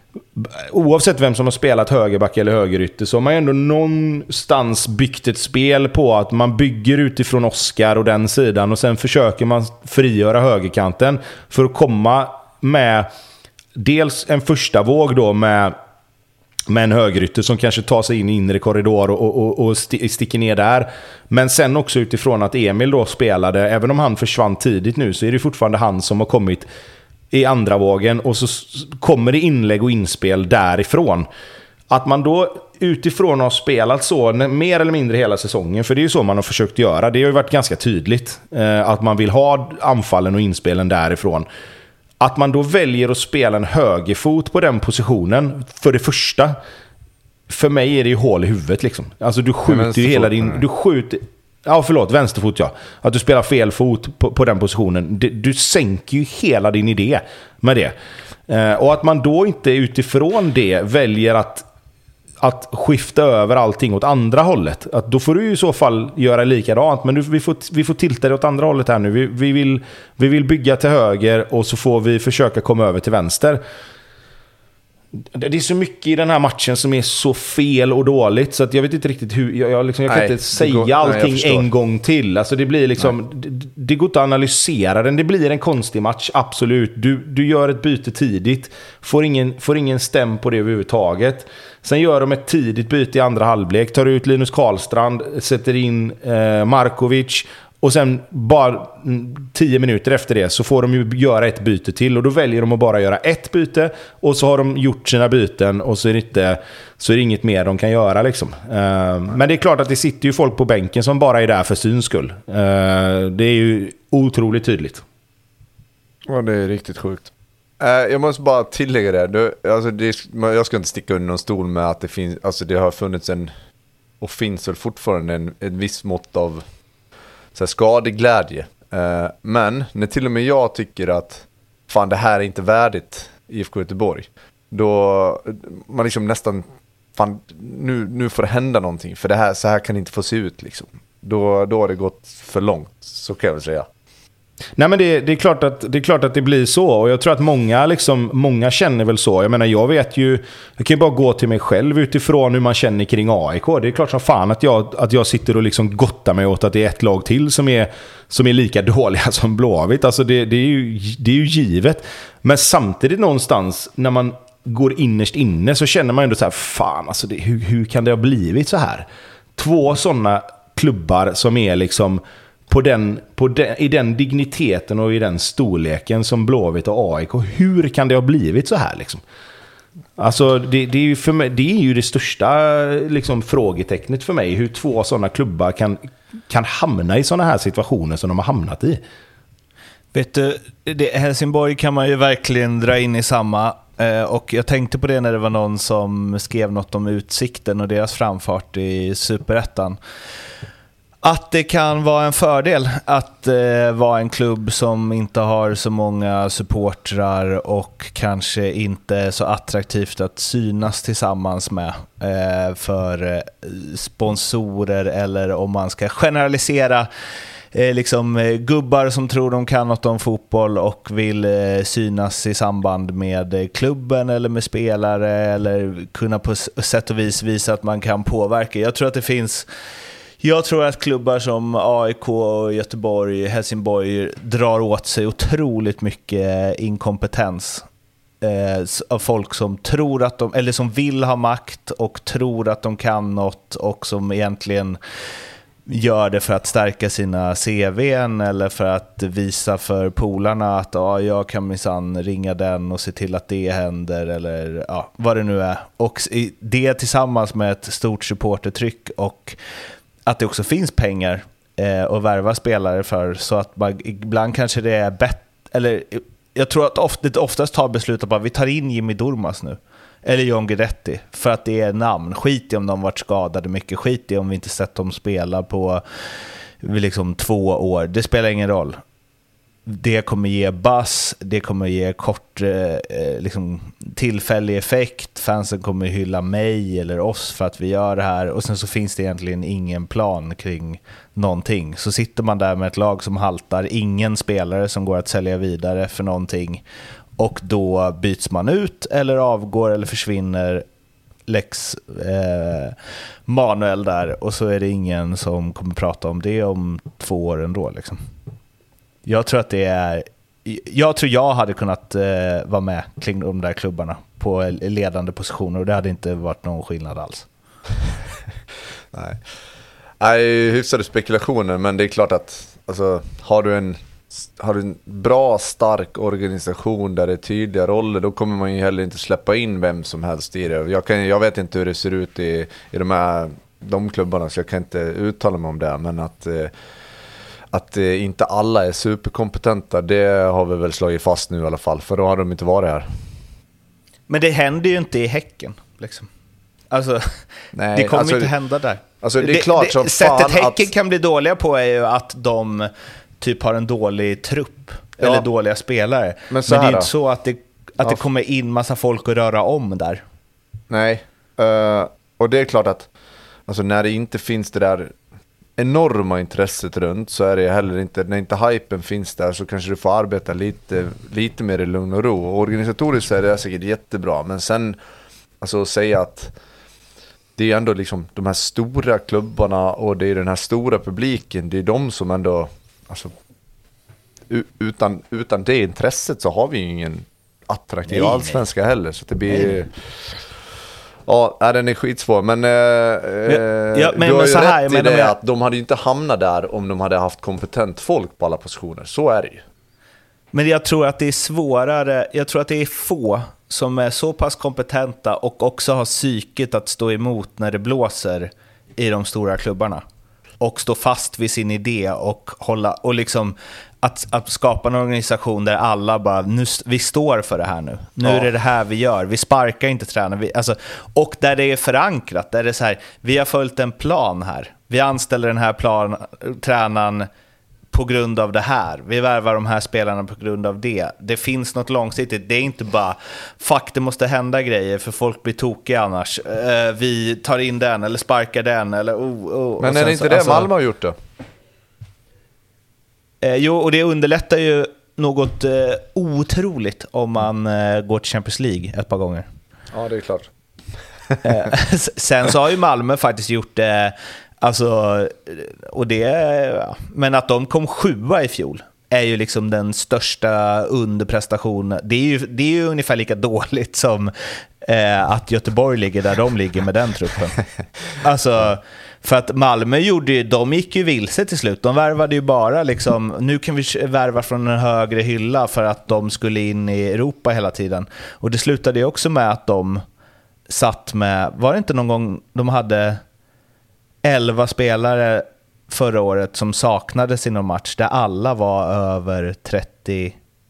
oavsett vem som har spelat högerback eller högerytter, så har man ju ändå någonstans byggt ett spel på att man bygger utifrån Oscar och den sidan, och sen försöker man frigöra högerkanten för att komma med dels en första våg då med en högerytter som kanske tar sig in i inre korridor och sticker ner där. Men sen också utifrån att Emil då spelade, även om han försvann tidigt nu, så är det fortfarande han som har kommit i andra vågen, och så kommer det inlägg och inspel därifrån. Att man då utifrån har spelat så mer eller mindre hela säsongen, för det är ju så man har försökt göra. Det har ju varit ganska tydligt att man vill ha anfallen och inspelen därifrån. Att man då väljer att spela en högerfot på den positionen, för det första, för mig är det ju hål i huvudet liksom. Alltså du skjuter ju hela din... vänsterfot, ja. Att du spelar fel fot på den positionen. Du sänker ju hela din idé med det. Och att man då inte utifrån det väljer att skifta över allting åt andra hållet. Att då får du i så fall göra likadant. Men vi får tilta det åt andra hållet här nu. Vi vill bygga till höger, och så får vi försöka komma över till vänster. Det är så mycket i den här matchen som är så fel och dåligt, så att jag vet inte riktigt hur jag kan inte säga allting en gång till. Alltså det blir liksom, det går inte att analysera den. Det blir en konstig match, absolut. Du gör ett byte tidigt, får ingen stäm på det överhuvudtaget. Sen gör de ett tidigt byte i andra halvlek, tar ut Linus Karlstrand, sätter in Markovic. Och sen bara 10 minuter efter det så får de ju göra ett byte till. Och då väljer de att bara göra ett byte. Och så har de gjort sina byten. Och så är det inget mer de kan göra liksom. Men det är klart att det sitter ju folk på bänken som bara är där för syns skull. Det är ju otroligt tydligt. Ja, det är riktigt sjukt. Jag måste bara tillägga det. Jag ska inte sticka under någon stol med att det finns... Alltså det har funnits och finns väl fortfarande en viss mått av... så här skadeglädje. Men när till och med jag tycker att fan, det här är inte värdigt IFK Göteborg, då man liksom nästan fan, nu får det hända någonting, för det här, så här kan det inte få se ut liksom. Då har det gått för långt, så kan jag väl säga. Nej, men det är klart att det blir så, och jag tror att många känner väl så. Jag menar, jag vet ju, jag kan ju bara gå till mig själv utifrån hur man känner kring AIK. Det är klart som fan att jag sitter och liksom gottar mig åt att det är ett lag till som är lika dåliga som Blåvitt. Alltså det är ju givet. Men samtidigt någonstans när man går innerst inne så känner man ändå så här, fan alltså hur kan det ha blivit så här? 2 sådana klubbar som är liksom i den digniteten och i den storleken som Blåvitt och AIK. Hur kan det ha blivit så här liksom? Alltså det är ju för mig, det är ju det största liksom frågetecknet för mig, hur 2 sådana klubbar kan hamna i sådana här situationer som de har hamnat i. Vet du, Helsingborg kan man ju verkligen dra in i samma, och jag tänkte på det när det var någon som skrev något om Utsikten och deras framfart i Superettan. Att det kan vara en fördel att vara en klubb som inte har så många supportrar och kanske inte så attraktivt att synas tillsammans med för sponsorer, eller om man ska generalisera liksom gubbar som tror de kan något om fotboll och vill synas i samband med klubben eller med spelare, eller kunna på sätt och vis visa att man kan påverka. Jag tror att det finns Jag tror att klubbar som AIK, Göteborg, Helsingborg drar åt sig otroligt mycket inkompetens av folk som tror att de, eller som vill ha makt och tror att de kan något och som egentligen gör det för att stärka sina CV:n eller för att visa för polarna att jag kan minsann ringa den och se till att det händer eller vad det nu är. Och det tillsammans med ett stort supportertryck och att det också finns pengar att värva spelare för, så att man, ibland kanske det är bättre, eller jag tror att det oftast tar beslut att bara vi tar in Jimmy Durmaz nu eller John Guidetti för att det är namn. Skit i om de varit skadade mycket, skit i om vi inte sett dem spela på liksom 2 år. Det spelar ingen roll. Det kommer ge buzz, det kommer ge kort liksom tillfällig effekt. Fansen kommer hylla mig eller oss för att vi gör det här, och sen så finns det egentligen ingen plan kring någonting. Så sitter man där med ett lag som haltar, ingen spelare som går att sälja vidare för någonting, och då byts man ut eller avgår eller försvinner Lex Manuel där, och så är det ingen som kommer prata om det om 2 år ändå liksom. Jag tror jag hade kunnat vara med kring de där klubbarna på ledande positioner, och det hade inte varit någon skillnad alls. Nej, hyfsade spekulationer, men det är klart att alltså, har du en bra, stark organisation där det är tydliga roller, då kommer man ju heller inte släppa in vem som helst i det. Jag vet inte hur det ser ut i de klubbarna, så jag kan inte uttala mig om det, men att inte alla är superkompetenta, det har vi väl slagit fast nu i alla fall, för då har de inte varit här. Men det händer ju inte i Häcken liksom. Alltså, nej, det kommer inte hända där. Alltså, det är klart som sättet Häcken kan bli dåliga på är ju att de typ har en dålig trupp eller dåliga spelare. Men det är inte så att det kommer in massa folk att röra om där. Nej, och det är klart att alltså, när det inte finns det där enorma intresset runt, så är det heller inte, när inte hypen finns där, så kanske du får arbeta lite mer i lugn och ro. Och organisatoriskt är det säkert jättebra, men sen alltså säga att det är ändå liksom de här stora klubbarna och det är den här stora publiken, det är de som ändå alltså, utan det intresset så har vi ju ingen attraktiv allsvenska heller, så det blir den är skitsvår, men du har ju så här, rätt i det att de hade ju inte hamnat där om de hade haft kompetent folk på alla positioner, så är det ju. Men jag tror att det är svårare, jag tror att det är få som är så pass kompetenta och också har psyket att stå emot när det blåser i de stora klubbarna och stå fast vid sin idé och hålla, och liksom att skapa en organisation där alla bara, vi står för det här nu är det här vi gör, vi sparkar inte tränare, alltså, och där det är förankrat, där det är så här, vi har följt en plan här, vi anställer den här tränaren på grund av det här, vi värvar de här spelarna på grund av det. Det finns något långsiktigt, det är inte bara fuck, det måste hända grejer för folk blir tokiga annars, vi tar in den eller sparkar den eller men är det inte det Malmö har gjort då? Jo, och det underlättar ju något otroligt om man går till Champions League ett par gånger. Ja, det är klart. Sen så har ju Malmö faktiskt gjort det, alltså, och det, men att de kom 7:a i fjol är ju liksom den största underprestationen. Det är ju ungefär lika dåligt som att Göteborg ligger där de ligger med den truppen. Alltså, för att Malmö de gick ju vilse till slut. De värvade ju bara liksom, nu kan vi värva från en högre hylla för att de skulle in i Europa hela tiden. Och det slutade ju också med att de satt med, var det inte någon gång de hade 11 spelare förra året som saknades i någon match där alla var över 31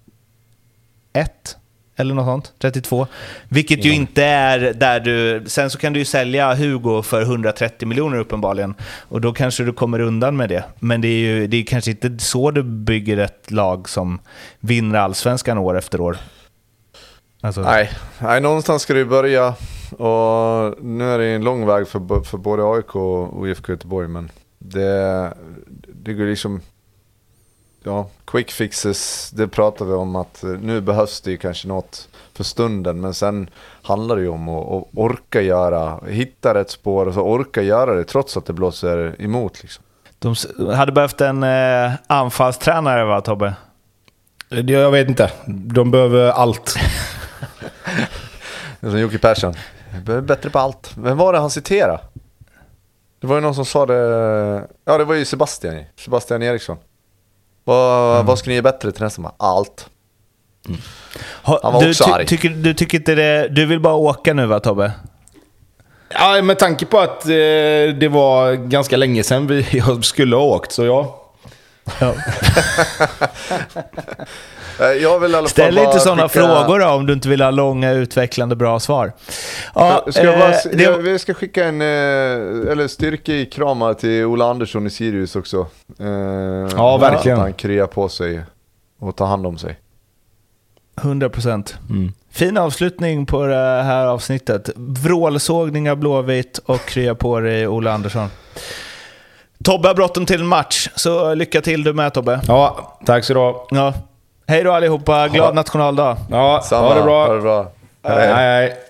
eller något sånt, 32, vilket ju inte är där du, sen så kan du ju sälja Hugo för 130 miljoner uppenbarligen, och då kanske du kommer undan med det, men det är kanske inte så du bygger ett lag som vinner allsvenskan år efter år. Alltså. Nej, någonstans ska det börja, och nu är det en lång väg för både AIK och IFK Göteborg, men det går liksom, quick fixes, det pratar vi om att nu behövs det ju kanske något för stunden, men sen handlar det ju om att orka hitta rätt spår och så orka göra det trots att det blåser emot liksom. De hade behövt en anfallstränare, va, Tobbe? Jag vet inte. De behöver allt. Det är som Jocke Persson. Jag behöver bättre på allt. Vem var det han citerade? Det var ju någon som sa det. Ja, det var ju Sebastian Eriksson. Vad ska ni ge bättre till nästa match? Allt. Han var också arg. Du tycker inte det? Du vill bara åka nu, va, Tobbe? Ja, med tanke på att det var ganska länge sedan jag skulle ha åkt, så ja. Jag vill i alla Ställ inte sådana frågor då, om du inte vill ha långa, utvecklande, bra svar. Ja, vi ska skicka en styrka i kramar till Ola Andersson i Sirius också. Ja, verkligen. Att han kryar på sig och tar hand om sig. 100%. Fin avslutning på det här avsnittet. Vrålsågning av Blåvitt och krya på dig, Ola Andersson. Tobbe har bråttom till en match, så lycka till du med, Tobbe. Ja, tack så du ha. Ja. Hej då allihopa, glad nationaldag. Ja, ha det bra. Hej.